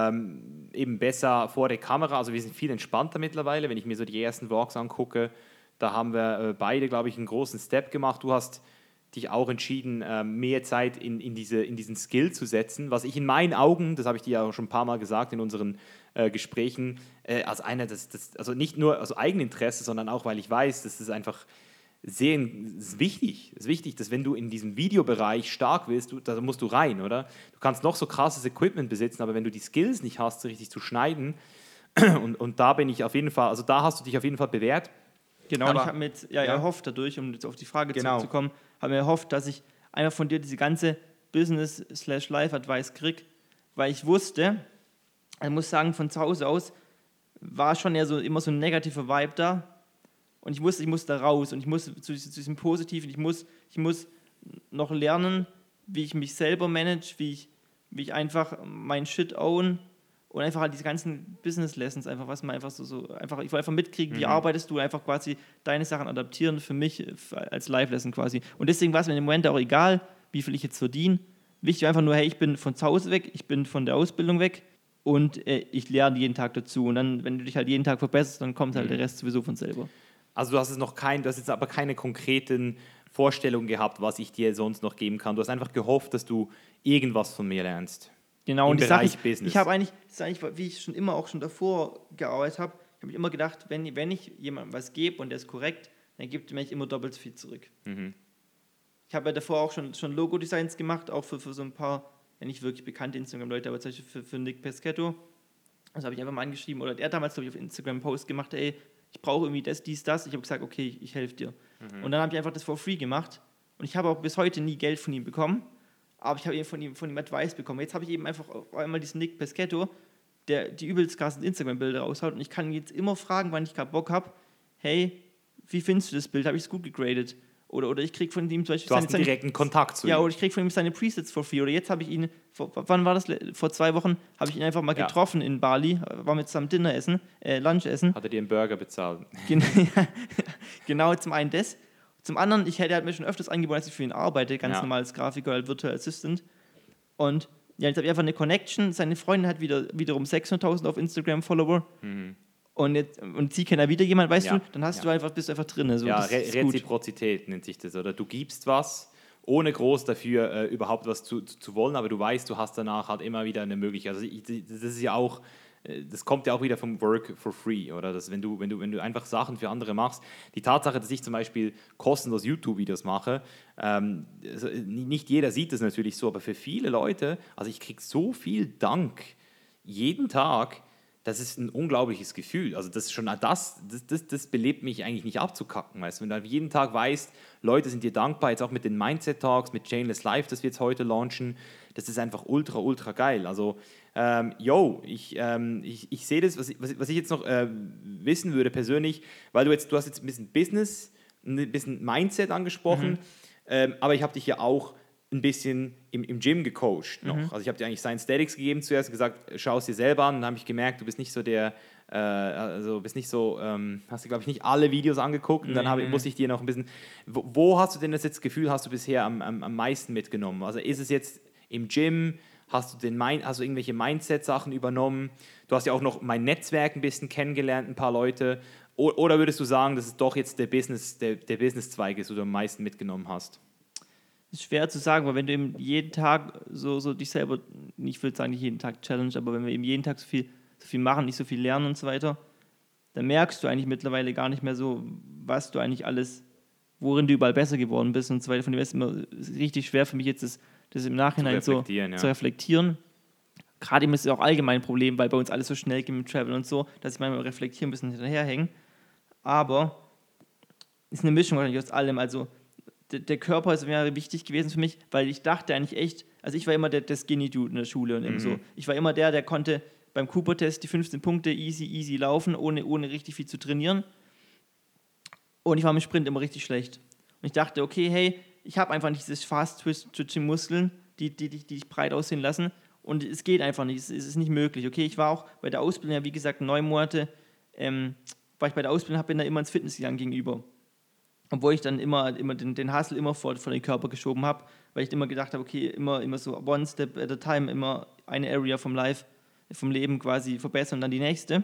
eben besser vor der Kamera. Also wir sind viel entspannter mittlerweile, wenn ich mir so die ersten Vlogs angucke. Da haben wir beide, glaube ich, einen großen Step gemacht. Du hast dich auch entschieden, mehr Zeit in diesen Skill zu setzen, was ich in meinen Augen, das habe ich dir ja auch schon ein paar Mal gesagt in unseren Gesprächen, als einer also nicht nur aus Eigeninteresse, sondern auch, weil ich weiß, dass das einfach sehr ist wichtig. Es ist wichtig, dass wenn du in diesem Videobereich stark willst, da musst du rein, oder? Du kannst noch so krasses Equipment besitzen, aber wenn du die Skills nicht hast, so richtig zu schneiden, und da bin ich auf jeden Fall, also da hast du dich auf jeden Fall bewährt. Genau, Aber, und ich habe mir jetzt erhofft dadurch, um jetzt auf die Frage Genau. zurückzukommen, habe mir erhofft, dass ich einfach von dir diese ganze Business/Life-Advice kriege, weil ich wusste, ich muss sagen, von zu Hause aus war schon eher so immer so ein negativer Vibe da und ich wusste, ich muss da raus und ich muss zu diesem Positiven, ich muss noch lernen, wie ich mich selber manage, wie ich einfach mein Shit own und einfach halt diese ganzen Business-Lessons, einfach was man einfach einfach, ich will einfach mitkriegen, wie arbeitest du, einfach quasi deine Sachen adaptieren für mich als Live-Lesson quasi. Und deswegen war es mir im Moment auch egal, wie viel ich jetzt verdiene. Wichtig war einfach nur, hey, ich bin von zu Hause weg, ich bin von der Ausbildung weg und ich lerne jeden Tag dazu. Und dann, wenn du dich halt jeden Tag verbesserst, dann kommt halt der Rest sowieso von selber. Also du hast jetzt aber keine konkreten Vorstellungen gehabt, was ich dir sonst noch geben kann. Du hast einfach gehofft, dass du irgendwas von mir lernst. Genau, Im und Bereich ich Business. habe eigentlich, das ist eigentlich, wie ich auch schon davor gearbeitet habe, ich habe mich immer gedacht, wenn ich jemandem was gebe und der ist korrekt, dann gibt er mir immer doppelt so viel zurück. Ich habe ja davor auch schon Logo-Designs gemacht, auch für so ein paar, nicht wirklich bekannte Instagram-Leute, aber zum Beispiel für Nick Pescetto. Also habe ich einfach mal angeschrieben, oder er hat damals, glaube ich, auf Instagram einen Post gemacht, ey, ich brauche irgendwie das. Ich habe gesagt, okay, ich helfe dir. Und dann habe ich einfach das for free gemacht und ich habe auch bis heute nie Geld von ihm bekommen, aber ich habe eben von ihm Advice bekommen. Jetzt habe ich eben einfach einmal diesen Nick Pescetto, der die übelst krassen Instagram-Bilder raushaut und ich kann ihn jetzt immer fragen, wann ich gerade Bock habe, hey, wie findest du das Bild? Habe ich es gut gegradet? Oder ich kriege von ihm zum Beispiel... Du hast einen direkten Kontakt zu ihm. Ja, oder ich kriege von ihm seine Presets for free. Oder jetzt habe ich ihn, wann war das? Vor 2 Wochen habe ich ihn einfach mal getroffen in Bali, waren wir zusammen Lunch essen. Hat er dir einen Burger bezahlt? Genau, zum einen das. Zum anderen, er hat mir schon öfters angeboten, dass ich für ihn arbeite, ganz normal als Grafiker, als Virtual Assistant. Und ja, jetzt habe ich einfach eine Connection. Seine Freundin hat wiederum 600.000 auf Instagram Follower. Und sie kennt ja wieder jemand, weißt du, dann bist du einfach drin. So, ja, Reziprozität nennt sich das, oder? Du gibst was, ohne groß dafür überhaupt was zu wollen, aber du weißt, du hast danach halt immer wieder eine Möglichkeit. Also das ist ja auch, das kommt ja auch wieder vom Work for free, oder? Dass wenn du einfach Sachen für andere machst, die Tatsache, dass ich zum Beispiel kostenlos YouTube-Videos mache, also nicht jeder sieht das natürlich so, aber für viele Leute, also ich kriege so viel Dank jeden Tag. Das ist ein unglaubliches Gefühl. Also das belebt mich eigentlich nicht abzukacken. Weißt? Wenn du jeden Tag weißt, Leute sind dir dankbar, jetzt auch mit den Mindset Talks, mit Chainless Life, das wir jetzt heute launchen, das ist einfach ultra, ultra geil. Also, ich sehe das, was ich jetzt noch wissen würde persönlich, weil du hast jetzt ein bisschen Business, ein bisschen Mindset angesprochen, aber ich habe dich ja auch ein bisschen im Gym gecoacht noch. Also ich habe dir eigentlich Science Statics gegeben zuerst und gesagt, schau es dir selber an. Und dann habe ich gemerkt, du bist nicht so hast du, glaube ich, nicht alle Videos angeguckt. Und dann musste ich dir noch ein bisschen, wo hast du denn das Gefühl, hast du bisher am meisten mitgenommen? Also ist es jetzt im Gym, hast du irgendwelche Mindset-Sachen übernommen? Du hast ja auch noch mein Netzwerk ein bisschen kennengelernt, ein paar Leute. Oder würdest du sagen, dass es doch jetzt der Business-Zweig ist, wo du am meisten mitgenommen hast? Das ist schwer zu sagen, weil wenn du eben jeden Tag so dich selber, ich würde sagen nicht jeden Tag Challenge, aber wenn wir eben jeden Tag so viel machen, nicht so viel lernen und so weiter, dann merkst du eigentlich mittlerweile gar nicht mehr so, was du eigentlich alles, worin du überall besser geworden bist und so weiter. Von dem ist es immer richtig schwer für mich jetzt, das im Nachhinein zu reflektieren. Gerade eben ist es auch allgemein ein Problem, weil bei uns alles so schnell geht mit Travel und so, dass ich manchmal reflektieren ein bisschen hinterherhänge. Aber es ist eine Mischung wahrscheinlich aus allem. Also der Körper ist mir wichtig gewesen für mich, weil ich dachte eigentlich echt, also ich war immer der Skinny Dude in der Schule und immer so. Ich war immer der konnte beim Cooper-Test die 15 Punkte easy laufen, ohne richtig viel zu trainieren. Und ich war im Sprint immer richtig schlecht. Und ich dachte, okay, hey, ich habe einfach nicht diese Fast-Twitching-Muskeln, die dich breit aussehen lassen. Und es geht einfach nicht, es ist nicht möglich. Okay, ich war auch bei der Ausbildung, ja, wie gesagt, 9 Monate, war ich bei der Ausbildung, bin da immer ins Fitness gegangen gegenüber. Obwohl ich dann immer den Hustle immer vor den Körper geschoben habe, weil ich immer gedacht habe, okay, immer so one step at a time, immer eine Area vom Leben quasi verbessern und dann die nächste.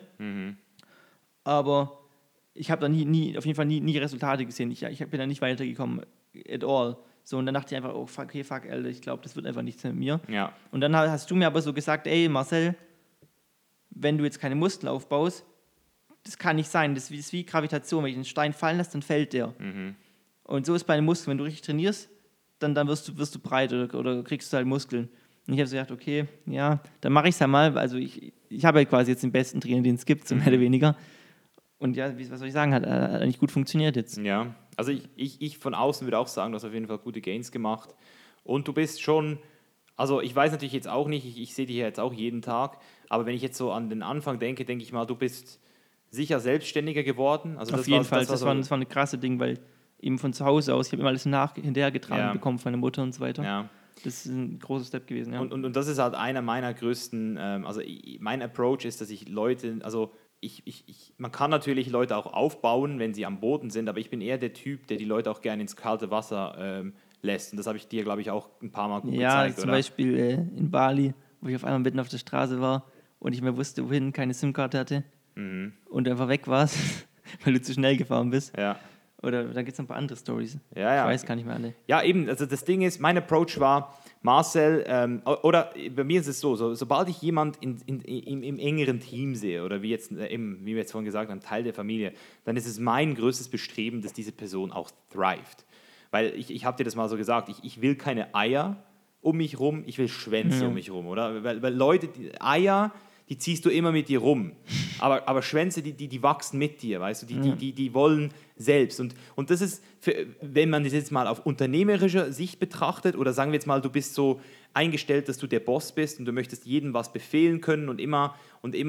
Aber ich habe dann auf jeden Fall nie Resultate gesehen. Ich bin da nicht weitergekommen at all. So, und dann dachte ich einfach, oh, fuck, Alter, ich glaube, das wird einfach nichts mit mir. Ja. Und dann hast du mir aber so gesagt, ey, Marcel, wenn du jetzt keine Muskeln aufbaust, das kann nicht sein. Das ist wie Gravitation. Wenn ich einen Stein fallen lasse, dann fällt der. Und so ist bei den Muskeln. Wenn du richtig trainierst, dann wirst du breit oder kriegst du halt Muskeln. Und ich habe so gedacht, okay, ja, dann mache ich es halt mal. Also ich habe halt quasi jetzt den besten Trainer, den es gibt, so mehr oder weniger. Und ja, was soll ich sagen, hat eigentlich gut funktioniert jetzt. Ja, also ich von außen würde auch sagen, du hast auf jeden Fall gute Gains gemacht. Und du bist schon, also ich weiß natürlich jetzt auch nicht, ich sehe dich jetzt auch jeden Tag, aber wenn ich jetzt so an den Anfang denke ich mal, du bist sicher selbstständiger geworden. Also auf jeden Fall, das war eine krasse Ding, weil eben von zu Hause aus, ich habe immer alles hinterhergetragen bekommen von meiner Mutter und so weiter. Ja. Das ist ein großer Step gewesen, ja. Und das ist halt einer meiner größten, mein Approach ist, dass ich Leute, also man kann natürlich Leute auch aufbauen, wenn sie am Boden sind, aber ich bin eher der Typ, der die Leute auch gerne ins kalte Wasser lässt. Und das habe ich dir, glaube ich, auch ein paar Mal gut gezeigt, Ja, zum Beispiel in Bali, wo ich auf einmal mitten auf der Straße war und ich mehr wusste, wohin, keine SIM-Karte hatte und einfach weg warst, weil du zu schnell gefahren bist. Ja. Oder da gibt es noch ein paar andere Stories. Ja. Ich weiß gar nicht mehr alle. Ja, eben, also das Ding ist, mein Approach war, Marcel, oder bei mir ist es so, sobald ich jemand im engeren Team sehe, oder wie wir jetzt vorhin gesagt haben, Teil der Familie, dann ist es mein größtes Bestreben, dass diese Person auch thrived. Weil ich habe dir das mal so gesagt, ich will keine Eier um mich rum, ich will Schwänze um mich rum, oder? Weil Leute, Eier, die ziehst du immer mit dir rum. Aber Schwänze, die wachsen mit dir, weißt du, die wollen selbst. Und das ist, wenn man das jetzt mal auf unternehmerischer Sicht betrachtet, oder sagen wir jetzt mal, du bist so eingestellt, dass du der Boss bist und du möchtest jedem was befehlen können und immer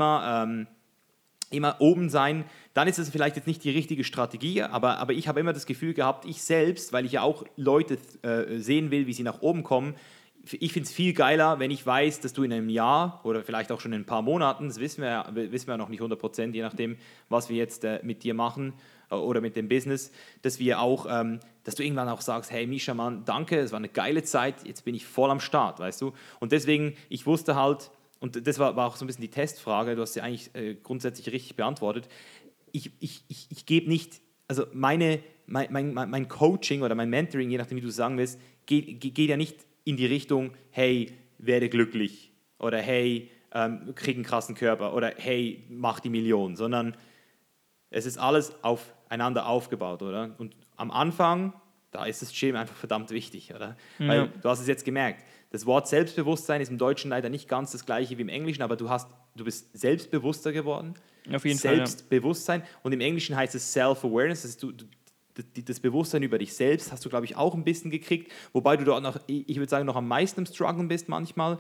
oben sein, dann ist es vielleicht jetzt nicht die richtige Strategie, aber ich habe immer das Gefühl gehabt, ich selbst, weil ich ja auch Leute sehen will, wie sie nach oben kommen, ich finde es viel geiler, wenn ich weiß, dass du in einem Jahr oder vielleicht auch schon in ein paar Monaten, das wissen wir ja noch nicht 100%, je nachdem, was wir jetzt mit dir machen oder mit dem Business, dass wir auch, dass du irgendwann auch sagst, hey Mischa, Mann, danke, es war eine geile Zeit, jetzt bin ich voll am Start, weißt du? Und deswegen, ich wusste halt, und das war auch so ein bisschen die Testfrage, du hast sie eigentlich grundsätzlich richtig beantwortet, ich gebe nicht, also mein Coaching oder mein Mentoring, je nachdem, wie du es sagen willst, geht ja nicht in die Richtung, hey, werde glücklich oder hey, krieg einen krassen Körper oder hey, mach die Million, sondern es ist alles aufeinander aufgebaut, oder? Und am Anfang, da ist das Gym einfach verdammt wichtig, oder? Ja. Weil du hast es jetzt gemerkt, das Wort Selbstbewusstsein ist im Deutschen leider nicht ganz das gleiche wie im Englischen, aber du bist selbstbewusster geworden. Auf jeden Fall. Selbstbewusstsein. Und im Englischen heißt es Self-Awareness, das heißt, das Bewusstsein über dich selbst hast du, glaube ich, auch ein bisschen gekriegt, wobei du dort noch, ich würde sagen, noch am meisten im Struggeln bist manchmal.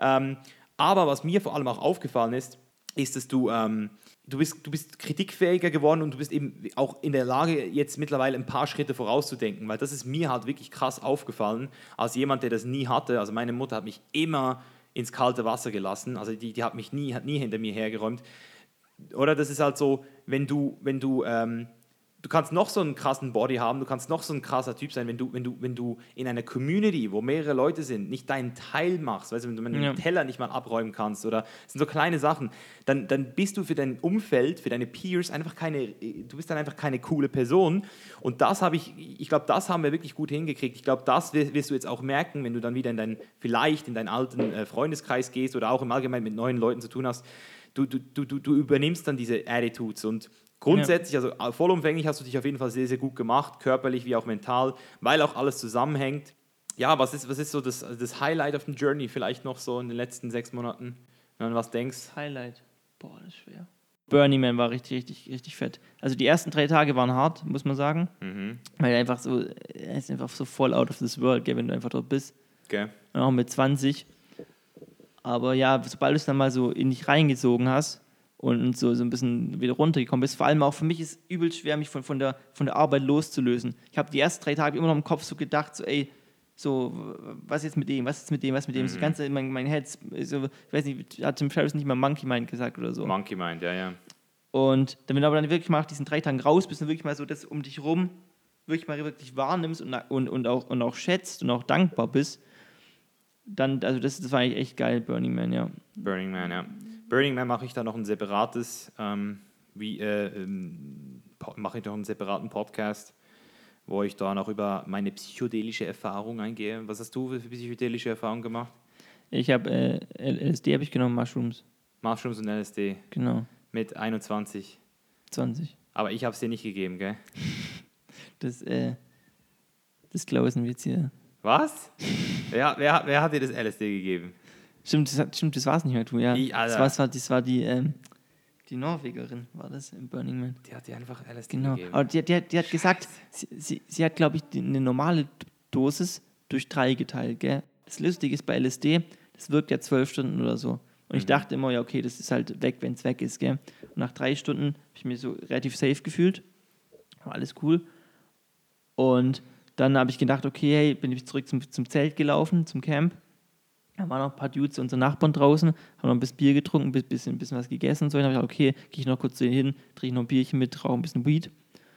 Aber was mir vor allem auch aufgefallen ist, dass du bist kritikfähiger geworden und du bist eben auch in der Lage, jetzt mittlerweile ein paar Schritte vorauszudenken, weil das ist mir halt wirklich krass aufgefallen, als jemand, der das nie hatte. Also meine Mutter hat mich immer ins kalte Wasser gelassen, also die hat mich nie hinter mir hergeräumt. Oder das ist halt so, wenn du kannst noch so einen krassen Body haben, du kannst noch so ein krasser Typ sein, wenn du in einer Community, wo mehrere Leute sind, nicht deinen Teil machst, weißt du, wenn du den Teller nicht mal abräumen kannst oder das sind so kleine Sachen, dann bist du für dein Umfeld, für deine Peers du bist dann einfach keine coole Person und ich glaube, das haben wir wirklich gut hingekriegt. Ich glaube, das wirst du jetzt auch merken, wenn du dann wieder vielleicht in deinen alten Freundeskreis gehst oder auch im Allgemeinen mit neuen Leuten zu tun hast. Du übernimmst dann diese Attitudes und grundsätzlich, also vollumfänglich hast du dich auf jeden Fall sehr, sehr gut gemacht, körperlich wie auch mental, weil auch alles zusammenhängt. Ja, was ist so das Highlight auf dem Journey vielleicht noch so in den letzten 6 Monaten, wenn du was denkst? Highlight? Boah, das ist schwer. Burning Man war richtig, richtig, richtig fett. Also die ersten 3 Tage waren hart, muss man sagen, weil er ist einfach so voll out of this world, wenn du einfach dort bist. Okay. Und auch mit 20. Aber ja, sobald du es dann mal so in dich reingezogen hast, und so ein bisschen wieder runtergekommen bist. Vor allem auch für mich ist es übel schwer, mich von der Arbeit loszulösen. Ich habe die erersten 3 Tage immer noch im Kopf so gedacht, so ey, so, was jetzt mit dem, was ist mit dem, was mit dem. Das Ganze in mein Head, so, ich weiß nicht, hat Tim Ferriss nicht mal Monkey Mind gesagt oder so. Monkey Mind, ja. Und wenn du aber dann wirklich mal nach diesen 3 Tagen raus bist und wirklich mal so das um dich rum wirklich mal wirklich wahrnimmst und auch schätzt und auch dankbar bist, dann, also das war eigentlich echt geil, Burning Man, ja. Burning Man, ja. Burning Man mache ich da noch ein separates, mache ich noch einen separaten Podcast, wo ich da noch über meine psychedelische Erfahrung eingehe. Was hast du für psychedelische Erfahrungen gemacht? Ich habe LSD habe ich genommen, Mushrooms. Mushrooms und LSD. Genau. Mit 21. 20. Aber ich habe es dir nicht gegeben, gell? Das glauben wir jetzt hier. Was? wer hat dir das LSD gegeben? Stimmt, das war es nicht mehr, du, ja. Das war die Norwegerin, war das im Burning Man. Die hat dir einfach LSD genau. gegeben. Aber die hat gesagt, sie hat, glaube ich, eine normale Dosis durch 3 geteilt, gell? Das Lustige ist bei LSD, das wirkt ja 12 Stunden oder so. Und ich dachte immer, ja, okay, das ist halt weg, wenn es weg ist, gell? Und nach 3 Stunden habe ich mich so relativ safe gefühlt. War alles cool. Und dann habe ich gedacht, okay, hey, bin ich zurück zum Zelt gelaufen, zum Camp. Da waren noch ein paar Dudes, unsere Nachbarn draußen, haben noch ein bisschen Bier getrunken, ein bisschen was gegessen und so. Dann habe ich gedacht, okay, gehe ich noch kurz zu denen hin, trinke noch ein Bierchen mit, rauche ein bisschen Weed.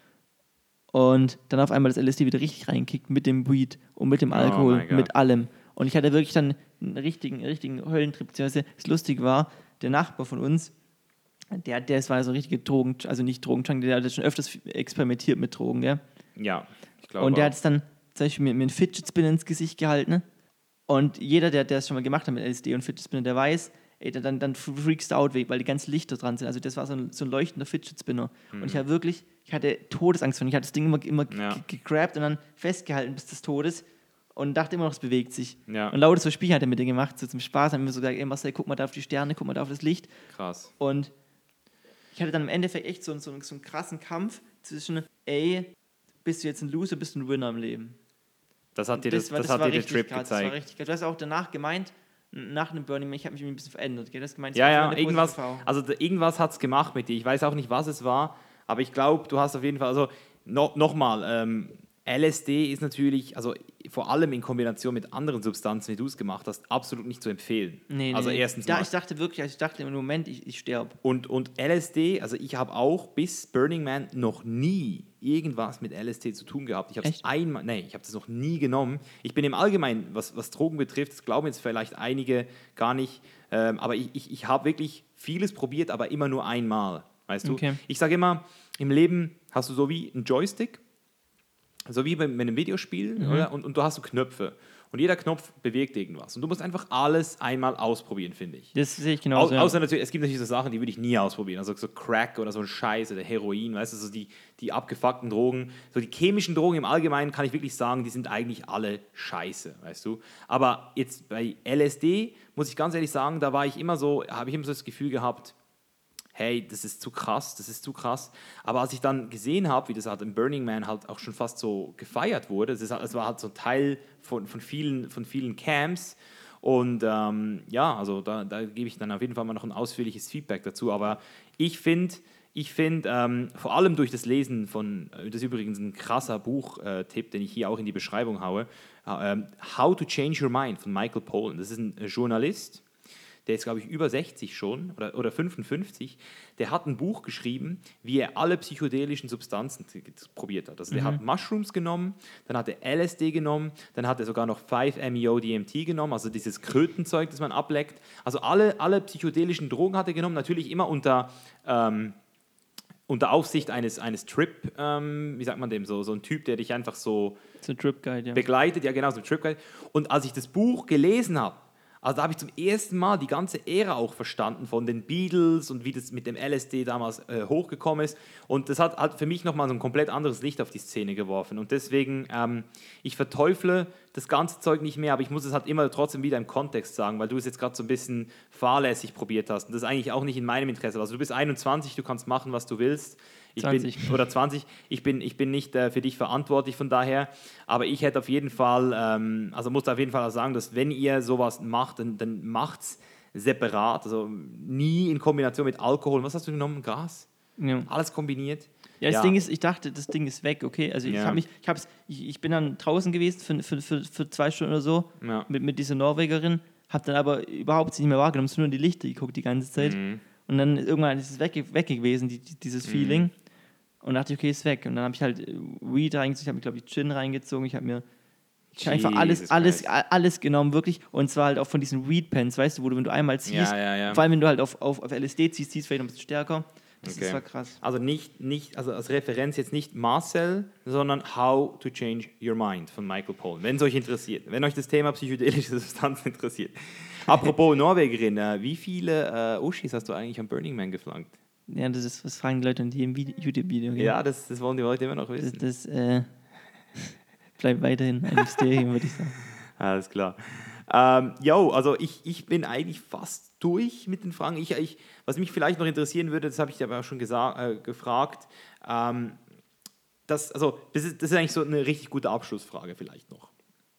Und dann auf einmal das LSD wieder richtig reinkickt mit dem Weed und mit dem Alkohol, mit allem. Und ich hatte wirklich dann einen richtigen Höllentrip. Das Lustige war, der Nachbar von uns, der war so richtige Drogen, also nicht Drogenjunkie, der hat schon öfters experimentiert mit Drogen, gell? Ja, ich glaube. Und der hat es dann zum Beispiel mir einen Fidget Spinner ins Gesicht gehalten. Ne? Und jeder, der es schon mal gemacht hat mit LSD und Fidget Spinner, der weiß, ey, dann freakst du out, weil die ganzen Lichter dran sind. Also das war so ein leuchtender Fidget Spinner. Und ich hatte Todesangst von. Ich hatte das Ding immer gegrabt und dann festgehalten bis des Todes und dachte immer noch, es bewegt sich. Ja. Und lauter so Spiel hat er mit dir gemacht, so zum Spaß. Haben wir so gesagt, ey Marcel, guck mal da auf die Sterne, guck mal da auf das Licht. Krass. Und ich hatte dann im Endeffekt echt so einen krassen Kampf zwischen, ey, bist du jetzt ein Loser, bist du ein Winner im Leben. Das hat dir der Trip krass, gezeigt. Das war richtig krass. Du hast auch danach gemeint, nach einem Burning Man, ich habe mich ein bisschen verändert. Gell? Das gemeint, irgendwas hat es gemacht mit dir. Ich weiß auch nicht, was es war, aber ich glaube, du hast auf jeden Fall, also nochmal, LSD ist natürlich, also vor allem in Kombination mit anderen Substanzen, wie du es gemacht hast, absolut nicht zu empfehlen. Erstens mal. Ich dachte im Moment, ich sterbe. Und LSD, also ich habe auch bis Burning Man noch nie irgendwas mit LSD zu tun gehabt. Ich habe das noch nie genommen. Ich bin im Allgemeinen, was Drogen betrifft, das glauben jetzt vielleicht einige gar nicht, aber ich habe wirklich vieles probiert, aber immer nur einmal, weißt du? Okay. Ich sage immer, im Leben hast du so wie einen Joystick, so wie bei einem Videospiel, oder? Und du hast so Knöpfe. Und jeder Knopf bewegt irgendwas. Und du musst einfach alles einmal ausprobieren, finde ich. Das sehe ich genauso. Außer natürlich, es gibt natürlich so Sachen, die würde ich nie ausprobieren. Also so Crack oder so ein Scheiß oder Heroin, weißt du, so die abgefuckten Drogen. So die chemischen Drogen im Allgemeinen kann ich wirklich sagen, die sind eigentlich alle scheiße, weißt du. Aber jetzt bei LSD, muss ich ganz ehrlich sagen, da habe ich immer so das Gefühl gehabt, hey, das ist zu krass. Aber als ich dann gesehen habe, wie das halt im Burning Man halt auch schon fast so gefeiert wurde, es war halt so ein Teil von vielen Camps und also da gebe ich dann auf jeden Fall mal noch ein ausführliches Feedback dazu, aber ich finde, vor allem durch das Lesen das ist übrigens ein krasser Buchtipp, den ich hier auch in die Beschreibung haue, How to Change Your Mind von Michael Pollan. Das ist ein Journalist, der ist, glaube ich, über 60 schon oder 55, der hat ein Buch geschrieben, wie er alle psychedelischen Substanzen probiert hat. Also der hat Mushrooms genommen, dann hat er LSD genommen, dann hat er sogar noch 5-MeO-DMT genommen, also dieses Krötenzeug, das man ableckt. Also alle psychedelischen Drogen hat er genommen, natürlich immer unter Aufsicht eines Trip, wie sagt man dem, so ein Typ, der dich einfach so Trip Guide, ja. begleitet, ja genau, so ein Trip Guide. Und als ich das Buch gelesen habe, also da habe ich zum ersten Mal die ganze Ära auch verstanden von den Beatles und wie das mit dem LSD damals hochgekommen ist. Und das hat für mich nochmal so ein komplett anderes Licht auf die Szene geworfen. Und deswegen, ich verteufle das ganze Zeug nicht mehr, aber ich muss es halt immer trotzdem wieder im Kontext sagen, weil du es jetzt gerade so ein bisschen fahrlässig probiert hast. Und das ist eigentlich auch nicht in meinem Interesse. Also du bist 21, du kannst machen, was du willst. 20. Oder 20. Ich bin nicht für dich verantwortlich, von daher. Aber ich hätte auf jeden Fall, muss auf jeden Fall auch sagen, dass wenn ihr sowas macht, dann macht es separat. Also nie in Kombination mit Alkohol. Was hast du genommen? Gras? Ja. Alles kombiniert? Ja, das Ding ist, ich dachte, das Ding ist weg, okay. Also ich bin dann draußen gewesen für 2 Stunden oder so mit dieser Norwegerin, habe dann aber überhaupt nicht mehr wahrgenommen, nur in die Lichter geguckt die ganze Zeit. Und dann irgendwann ist es weg gewesen, dieses Feeling. Und dachte ich, okay, ist weg. Und dann habe ich halt Weed reingezogen, ich habe mir, glaube ich, Gin reingezogen, ich habe einfach alles genommen, wirklich. Und zwar halt auch von diesen Weed-Pens, weißt du, wenn du einmal ziehst, vor allem wenn du halt auf LSD ziehst vielleicht noch ein bisschen stärker. Das war krass. Also also als Referenz jetzt nicht Marcel, sondern How to Change Your Mind von Michael Pollan, wenn es euch interessiert, wenn euch das Thema psychedelische Substanzen interessiert. Apropos Norwegerin, wie viele Uschis hast du eigentlich am Burning Man geflankt? Ja, was fragen die Leute in jedem YouTube-Video. Ja, das wollen die Leute immer noch wissen. Das bleibt weiterhin ein Mysterium, würde ich sagen. Alles klar. Also ich bin eigentlich fast durch mit den Fragen. Was mich vielleicht noch interessieren würde, das habe ich dir aber auch schon gefragt, das ist eigentlich so eine richtig gute Abschlussfrage vielleicht noch.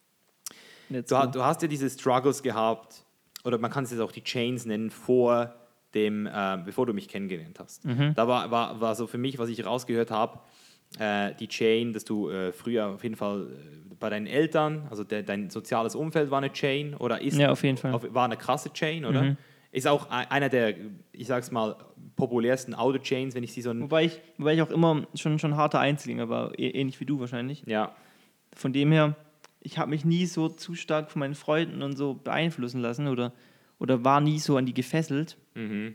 Du hast ja diese Struggles gehabt, oder man kann es jetzt auch die Chains nennen, bevor du mich kennengelernt hast. Mhm. Da war so für mich, was ich rausgehört habe, die Chain, dass du früher auf jeden Fall bei deinen Eltern, also dein soziales Umfeld war eine Chain oder auf jeden Fall. War eine krasse Chain, oder? Mhm. Ist auch einer der, ich sag's mal, populärsten Auto-Chains, wenn ich sie so... Wobei ich auch immer schon harter Einzelgänger war, ähnlich wie du wahrscheinlich. Ja. Von dem her, ich habe mich nie so zu stark von meinen Freunden und so beeinflussen lassen oder war nie so an die gefesselt. Mhm.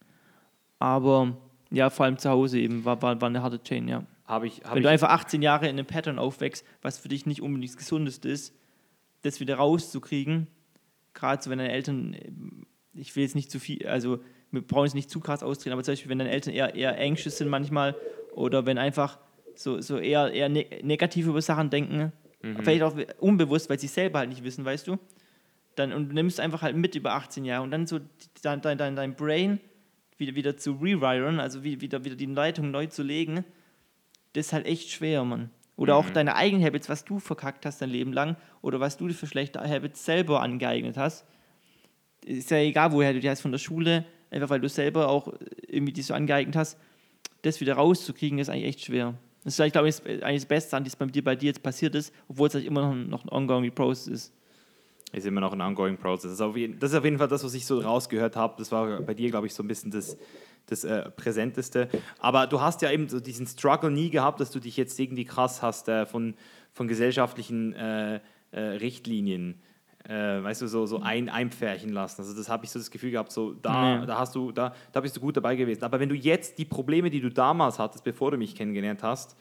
Aber ja, vor allem zu Hause eben war eine harte Chain, ja. Wenn du einfach 18 Jahre in einem Pattern aufwächst, was für dich nicht unbedingt das Gesundeste ist, das wieder rauszukriegen, gerade so, wenn deine Eltern, ich will jetzt nicht zu viel, also wir brauchen es nicht zu krass austreten, aber zum Beispiel, wenn deine Eltern eher anxious sind manchmal oder wenn einfach so eher negativ über Sachen denken, vielleicht auch unbewusst, weil sie selber halt nicht wissen, weißt du, dann und du nimmst einfach halt mit über 18 Jahre und dann so dein Brain wieder zu rewiren, also wieder die Leitung neu zu legen, das ist halt echt schwer, Mann. Oder auch deine eigenen Habits, was du verkackt hast dein Leben lang oder was du für schlechte Habits selber angeeignet hast. Ist ja egal, woher du die hast, von der Schule, einfach weil du selber auch irgendwie die so angeeignet hast, das wieder rauszukriegen, ist eigentlich echt schwer. Das ist, glaube ich, eigentlich das Beste an, das bei dir jetzt passiert ist, obwohl es halt immer noch ein ongoing process ist. Ist immer noch ein ongoing process. Das ist auf jeden Fall das, was ich so rausgehört habe. Das war bei dir, glaube ich, so ein bisschen das Präsenteste. Aber du hast ja eben so diesen Struggle nie gehabt, dass du dich jetzt irgendwie krass hast von gesellschaftlichen Richtlinien, weißt du, so einpferchen lassen. Also das habe ich so das Gefühl gehabt, so da bist du gut dabei gewesen. Aber wenn du jetzt die Probleme, die du damals hattest, bevor du mich kennengelernt hast,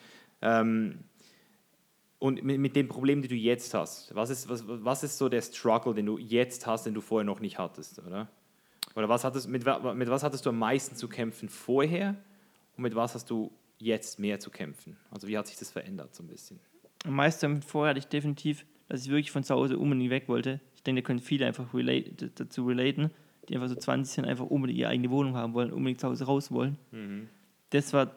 und mit den Problemen, die du jetzt hast, was ist so der Struggle, den du jetzt hast, den du vorher noch nicht hattest, oder? Oder mit was hattest du am meisten zu kämpfen vorher und mit was hast du jetzt mehr zu kämpfen? Also wie hat sich das verändert so ein bisschen? Am meisten vorher hatte ich definitiv, dass ich wirklich von zu Hause unbedingt weg wollte. Ich denke, da können viele einfach dazu relaten, die einfach so 20 sind, einfach unbedingt ihre eigene Wohnung haben wollen, unbedingt zu Hause raus wollen. Mhm. Das war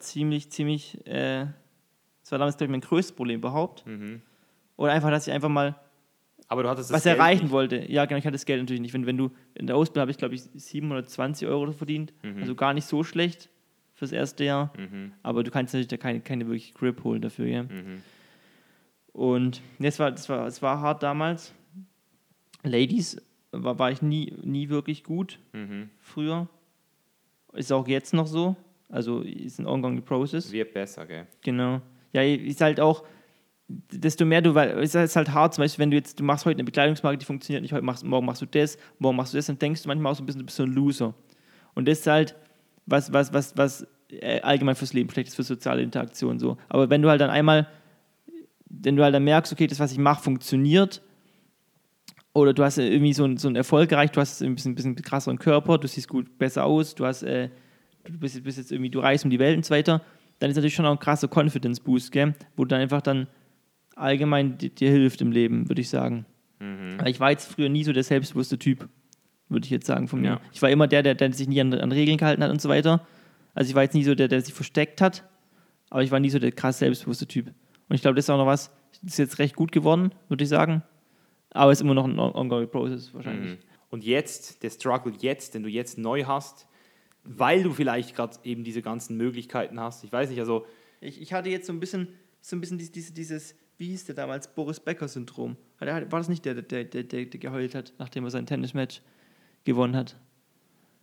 das war damals, glaube ich, mein größtes Problem überhaupt. Mhm. Oder einfach, dass ich einfach mal aber du hattest was Geld erreichen nicht. Wollte. Ja, genau, ich hatte das Geld natürlich nicht. Wenn du in der Ausbildung habe ich, glaube ich, 720 € verdient. Also gar nicht so schlecht fürs erste Jahr. Mhm. Aber du kannst natürlich da keine wirklich Grip holen dafür. Ja? Mhm. Und es war hart damals. Ladies war ich nie wirklich gut früher. Ist auch jetzt noch so. Also ist ein ongoing process. Wird besser, gell? Genau. Ja, ist halt auch desto mehr weil es ist halt hart, zum Beispiel, wenn du machst heute eine Bekleidungsmarke, die funktioniert nicht, morgen machst du das, dann denkst du manchmal auch so ein bisschen, du bist so ein Loser. Und das ist halt was allgemein fürs Leben schlecht ist, für soziale Interaktion so. Aber wenn du halt dann merkst, okay, das, was ich mache, funktioniert, oder du hast irgendwie so einen Erfolg erreicht, du hast ein bisschen krasseren Körper, du siehst besser aus, du bist jetzt irgendwie, du reist um die Welt und so weiter, dann ist natürlich schon auch ein krasser Confidence-Boost, gell? Wo du dann einfach dann allgemein dir hilft im Leben, würde ich sagen. Mhm. Ich war jetzt früher nie so der selbstbewusste Typ, würde ich jetzt sagen von mir. Ja. Ich war immer der sich nie an Regeln gehalten hat und so weiter. Also ich war jetzt nie so der sich versteckt hat, aber ich war nie so der krass selbstbewusste Typ. Und ich glaube, das ist auch noch was, das ist jetzt recht gut geworden, würde ich sagen. Aber es ist immer noch ein ongoing process wahrscheinlich. Mhm. Und jetzt, der Struggle jetzt, den du jetzt neu hast, weil du vielleicht gerade eben diese ganzen Möglichkeiten hast, ich weiß nicht, also... Ich hatte jetzt so ein bisschen dieses, wie hieß der damals, Boris Becker-Syndrom. War das nicht der geheult hat, nachdem er sein Tennismatch gewonnen hat?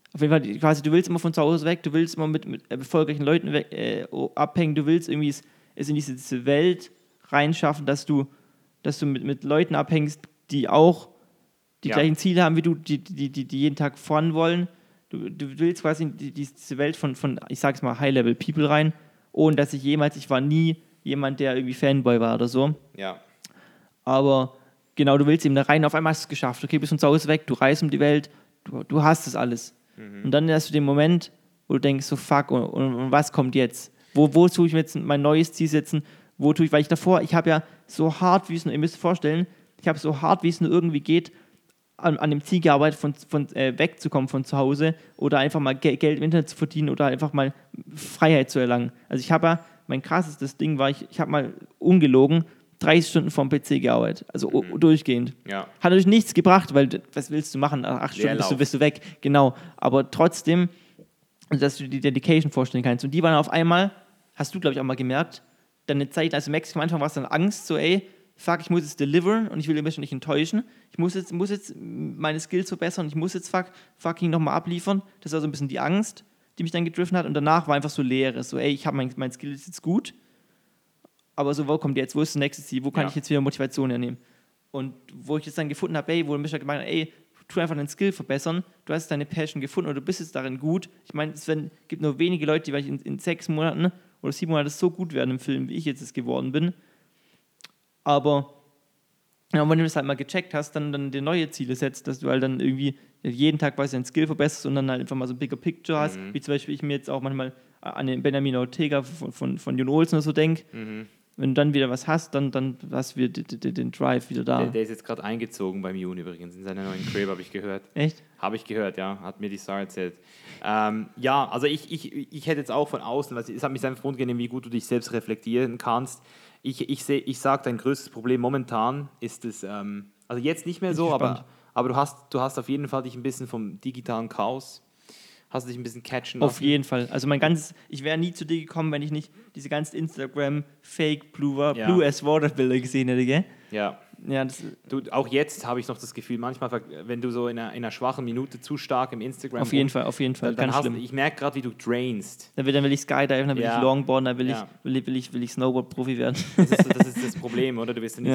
Auf jeden Fall, quasi, du willst immer von zu Hause weg, du willst immer mit erfolgreichen Leuten abhängen, du willst irgendwie es in diese Welt reinschaffen, dass du mit Leuten abhängst, die auch die gleichen Ziele haben wie du, die jeden Tag voran wollen. Du willst quasi in diese Welt von, ich sag's mal, High-Level-People rein, ohne dass ich war nie jemand, der irgendwie Fanboy war oder so. Ja. Aber genau, du willst eben da rein, auf einmal hast du es geschafft. Okay, bist von zu Hause weg, du reist um die Welt, du hast es alles. Und dann hast du den Moment, wo du denkst, so fuck, und was kommt jetzt? Wo tue ich mir jetzt mein neues Ziel setzen? Weil ich habe ja so hart, wie es nur, ihr müsst euch nur irgendwie geht, an dem Ziel gearbeitet, wegzukommen von zu Hause oder einfach mal Geld im Internet zu verdienen oder einfach mal Freiheit zu erlangen. Also ich habe ja, mein krassestes Ding war, ich habe mal ungelogen 30 Stunden vorm PC gearbeitet, also durchgehend. Ja. Hat natürlich nichts gebracht, weil was willst du machen? Nach 8 Stunden bist du weg. Genau, aber trotzdem, dass du die Dedication vorstellen kannst. Und die waren auf einmal, hast du, glaube ich, auch mal gemerkt, deine Zeit, also Mexiko am Anfang war es dann Angst, so ey, fuck, ich muss jetzt deliveren und ich will den Menschen nicht enttäuschen. Ich muss jetzt meine Skills verbessern und ich muss jetzt fucking nochmal abliefern. Das war so ein bisschen die Angst, die mich dann gedriffen hat. Und danach war einfach so Leere. So, ey, ich habe mein Skill ist jetzt gut. Aber so, wo kommt jetzt? Wo ist das nächste Ziel? Wo kann ich jetzt wieder Motivation hernehmen? Und wo ich das dann gefunden habe, ey, wo mich halt gemeint hat, ey, tu einfach deinen Skill verbessern. Du hast deine Passion gefunden oder du bist jetzt darin gut. Ich meine, es gibt nur wenige Leute, die vielleicht in 6 Monaten oder 7 Monaten so gut werden im Film, wie ich jetzt geworden bin. Aber ja, wenn du das halt mal gecheckt hast, dann dir neue Ziele setzt, dass du halt dann irgendwie jeden Tag deinen Skill verbesserst und dann halt einfach mal so ein bigger picture hast, wie zum Beispiel ich mir jetzt auch manchmal an den Benjamin Ortega von Jon Olsen oder so denke. Wenn du dann wieder was hast, dann hast du wieder den Drive wieder da. Der ist jetzt gerade eingezogen beim Juni übrigens, in seiner neuen Crib, habe ich gehört. Echt? Habe ich gehört, ja, hat mir die Sarah erzählt. Ja, also ich hätte jetzt auch von außen, es hat mich einfach wundern, wie gut du dich selbst reflektieren kannst. Ich sage, dein größtes Problem momentan ist es, also jetzt nicht mehr so, aber du hast auf jeden Fall dich ein bisschen vom digitalen Chaos, hast du dich ein bisschen catchen lassen. Auf jeden Fall. Also ich wäre nie zu dir gekommen, wenn ich nicht diese ganzen Instagram-Fake Blue as Water Bilder gesehen hätte, gell? Ja. Auch jetzt habe ich noch das Gefühl, manchmal, wenn du so in einer schwachen Minute zu stark im Instagram auf jeden Fall. Dann ich merke gerade, wie du drainst. Dann will ich Skydiven, dann will ich Longboarden, dann will ich Snowboard-Profi werden. Das ist das Problem, oder? Du bist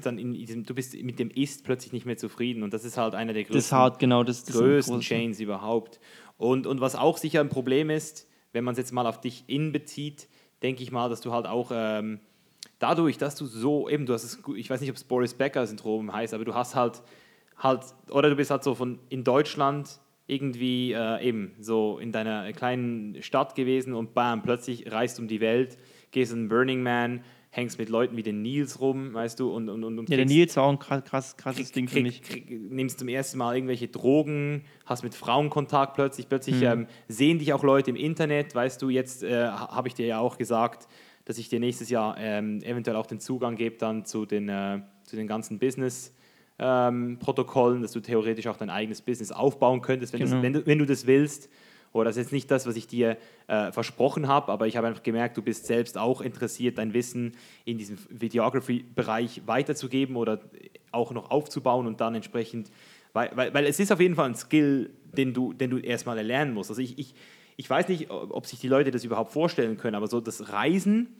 mit dem Ist plötzlich nicht mehr zufrieden und das ist halt einer der größten Chains überhaupt. Und was auch sicher ein Problem ist, wenn man es jetzt mal auf dich bezieht, denke ich mal, dass du halt auch dadurch, dass du so, eben, ich weiß nicht, ob es Boris Becker-Syndrom heißt, aber du hast halt, oder du bist halt so in Deutschland irgendwie eben so in deiner kleinen Stadt gewesen und bam, plötzlich reist um die Welt, gehst in Burning Man, hängst mit Leuten wie den Nils rum, weißt du, und der Nils war auch ein krasses Ding für mich. Nimmst zum ersten Mal irgendwelche Drogen, hast mit Frauen Kontakt plötzlich sehen dich auch Leute im Internet, weißt du, jetzt habe ich dir ja auch gesagt, dass ich dir nächstes Jahr eventuell auch den Zugang gebe dann zu den ganzen Business-Protokollen, dass du theoretisch auch dein eigenes Business aufbauen könntest, wenn du das willst. Oder das ist jetzt nicht das, was ich dir versprochen habe, aber ich habe einfach gemerkt, du bist selbst auch interessiert, dein Wissen in diesem Videography-Bereich weiterzugeben oder auch noch aufzubauen und dann entsprechend, weil es ist auf jeden Fall ein Skill, den du erstmal erlernen musst. Also ich weiß nicht, ob sich die Leute das überhaupt vorstellen können, aber so das Reisen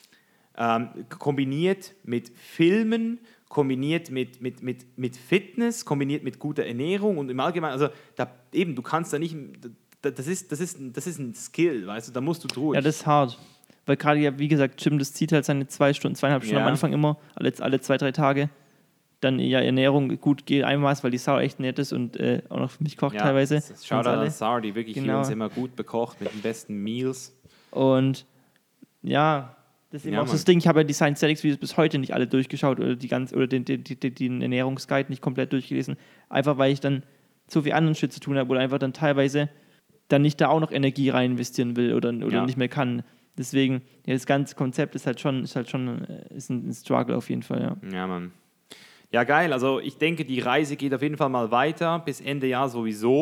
kombiniert mit Filmen, kombiniert mit Fitness, kombiniert mit guter Ernährung und im Allgemeinen, also du kannst da nicht, das ist ein Skill, weißt du, da musst du durch. Ja, das ist hart, weil gerade ja, wie gesagt, Jim, das zieht halt seine 2 Stunden, 2,5 Stunden am Anfang immer, alle 2-3 Tage. Dann Ernährung gut geht einmal, weil die Sarah echt nett ist und auch noch für mich kocht teilweise. Shoutout an Sarah, die wirklich für uns immer gut bekocht mit den besten Meals. Und ja, das ist eben auch so das Ding, ich habe ja die Science Aesthetics Videos bis heute nicht alle durchgeschaut oder den Ernährungsguide nicht komplett durchgelesen, einfach weil ich dann so viel anderen Shit zu tun habe oder einfach dann teilweise dann nicht da auch noch Energie rein investieren will oder nicht mehr kann. Deswegen, das ganze Konzept ist halt schon ein Struggle auf jeden Fall, ja. Ja, Mann. Ja, geil. Also ich denke, die Reise geht auf jeden Fall mal weiter, bis Ende Jahr sowieso.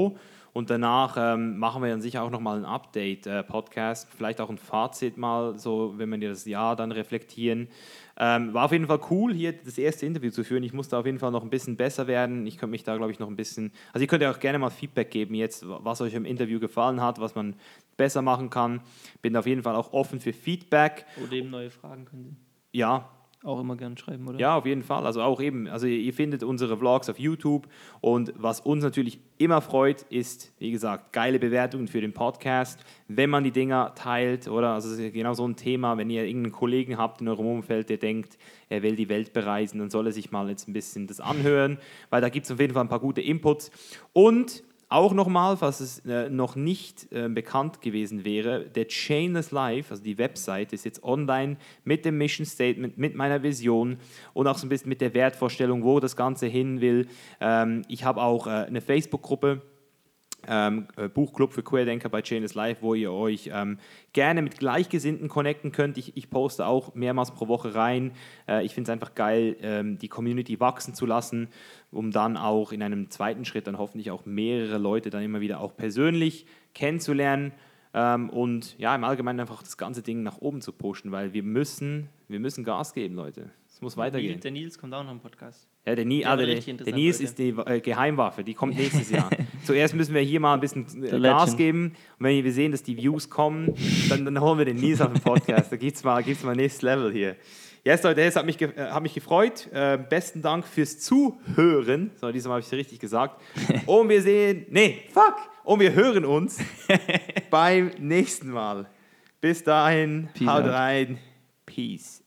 Und danach machen wir dann sicher auch nochmal einen Update-Podcast, vielleicht auch ein Fazit mal, so wenn wir das Jahr dann reflektieren. War auf jeden Fall cool, hier das erste Interview zu führen. Ich musste auf jeden Fall noch ein bisschen besser werden. Ich könnte mich da, glaube ich, noch ein bisschen... Also ihr könnt ja auch gerne mal Feedback geben jetzt, was euch im Interview gefallen hat, was man besser machen kann. Bin auf jeden Fall auch offen für Feedback. Oder eben neue Fragen können Sie Ja, auch immer gerne schreiben, oder? ja, auf jeden Fall. Also auch eben, also ihr findet unsere Vlogs auf YouTube und was uns natürlich immer freut, ist, wie gesagt, geile Bewertungen für den Podcast, wenn man die Dinger teilt, oder? Also das ist genau so ein Thema, wenn ihr irgendeinen Kollegen habt in eurem Umfeld, der denkt, er will die Welt bereisen, dann soll er sich mal jetzt ein bisschen das anhören, weil da gibt es auf jeden Fall ein paar gute Inputs. Und auch nochmal, falls es noch nicht bekannt gewesen wäre, der Chainless Life, also die Website, ist jetzt online mit dem Mission Statement, mit meiner Vision und auch so ein bisschen mit der Wertvorstellung, wo das Ganze hin will. Ich habe auch eine Facebook-Gruppe, Buchclub für Querdenker bei Chainless Life, wo ihr euch gerne mit Gleichgesinnten connecten könnt. Ich poste auch mehrmals pro Woche rein. Ich finde es einfach geil, die Community wachsen zu lassen, um dann auch in einem zweiten Schritt dann hoffentlich auch mehrere Leute dann immer wieder auch persönlich kennenzulernen und ja, im Allgemeinen einfach das ganze Ding nach oben zu pushen, weil wir müssen Gas geben, Leute. Es muss weitergehen. Der Nils kommt auch noch im Podcast. Ja, der Nils ist die Geheimwaffe, die kommt nächstes Jahr. Zuerst müssen wir hier mal ein bisschen Gas geben und wenn wir sehen, dass die Views kommen, dann holen wir den Nils auf den Podcast. Da gibt's mal nächstes Level hier. Yes, Leute, es hat mich gefreut. Besten Dank fürs Zuhören. So, diesmal habe ich es richtig gesagt. Und wir hören uns beim nächsten Mal. Bis dahin, haut rein. Peace.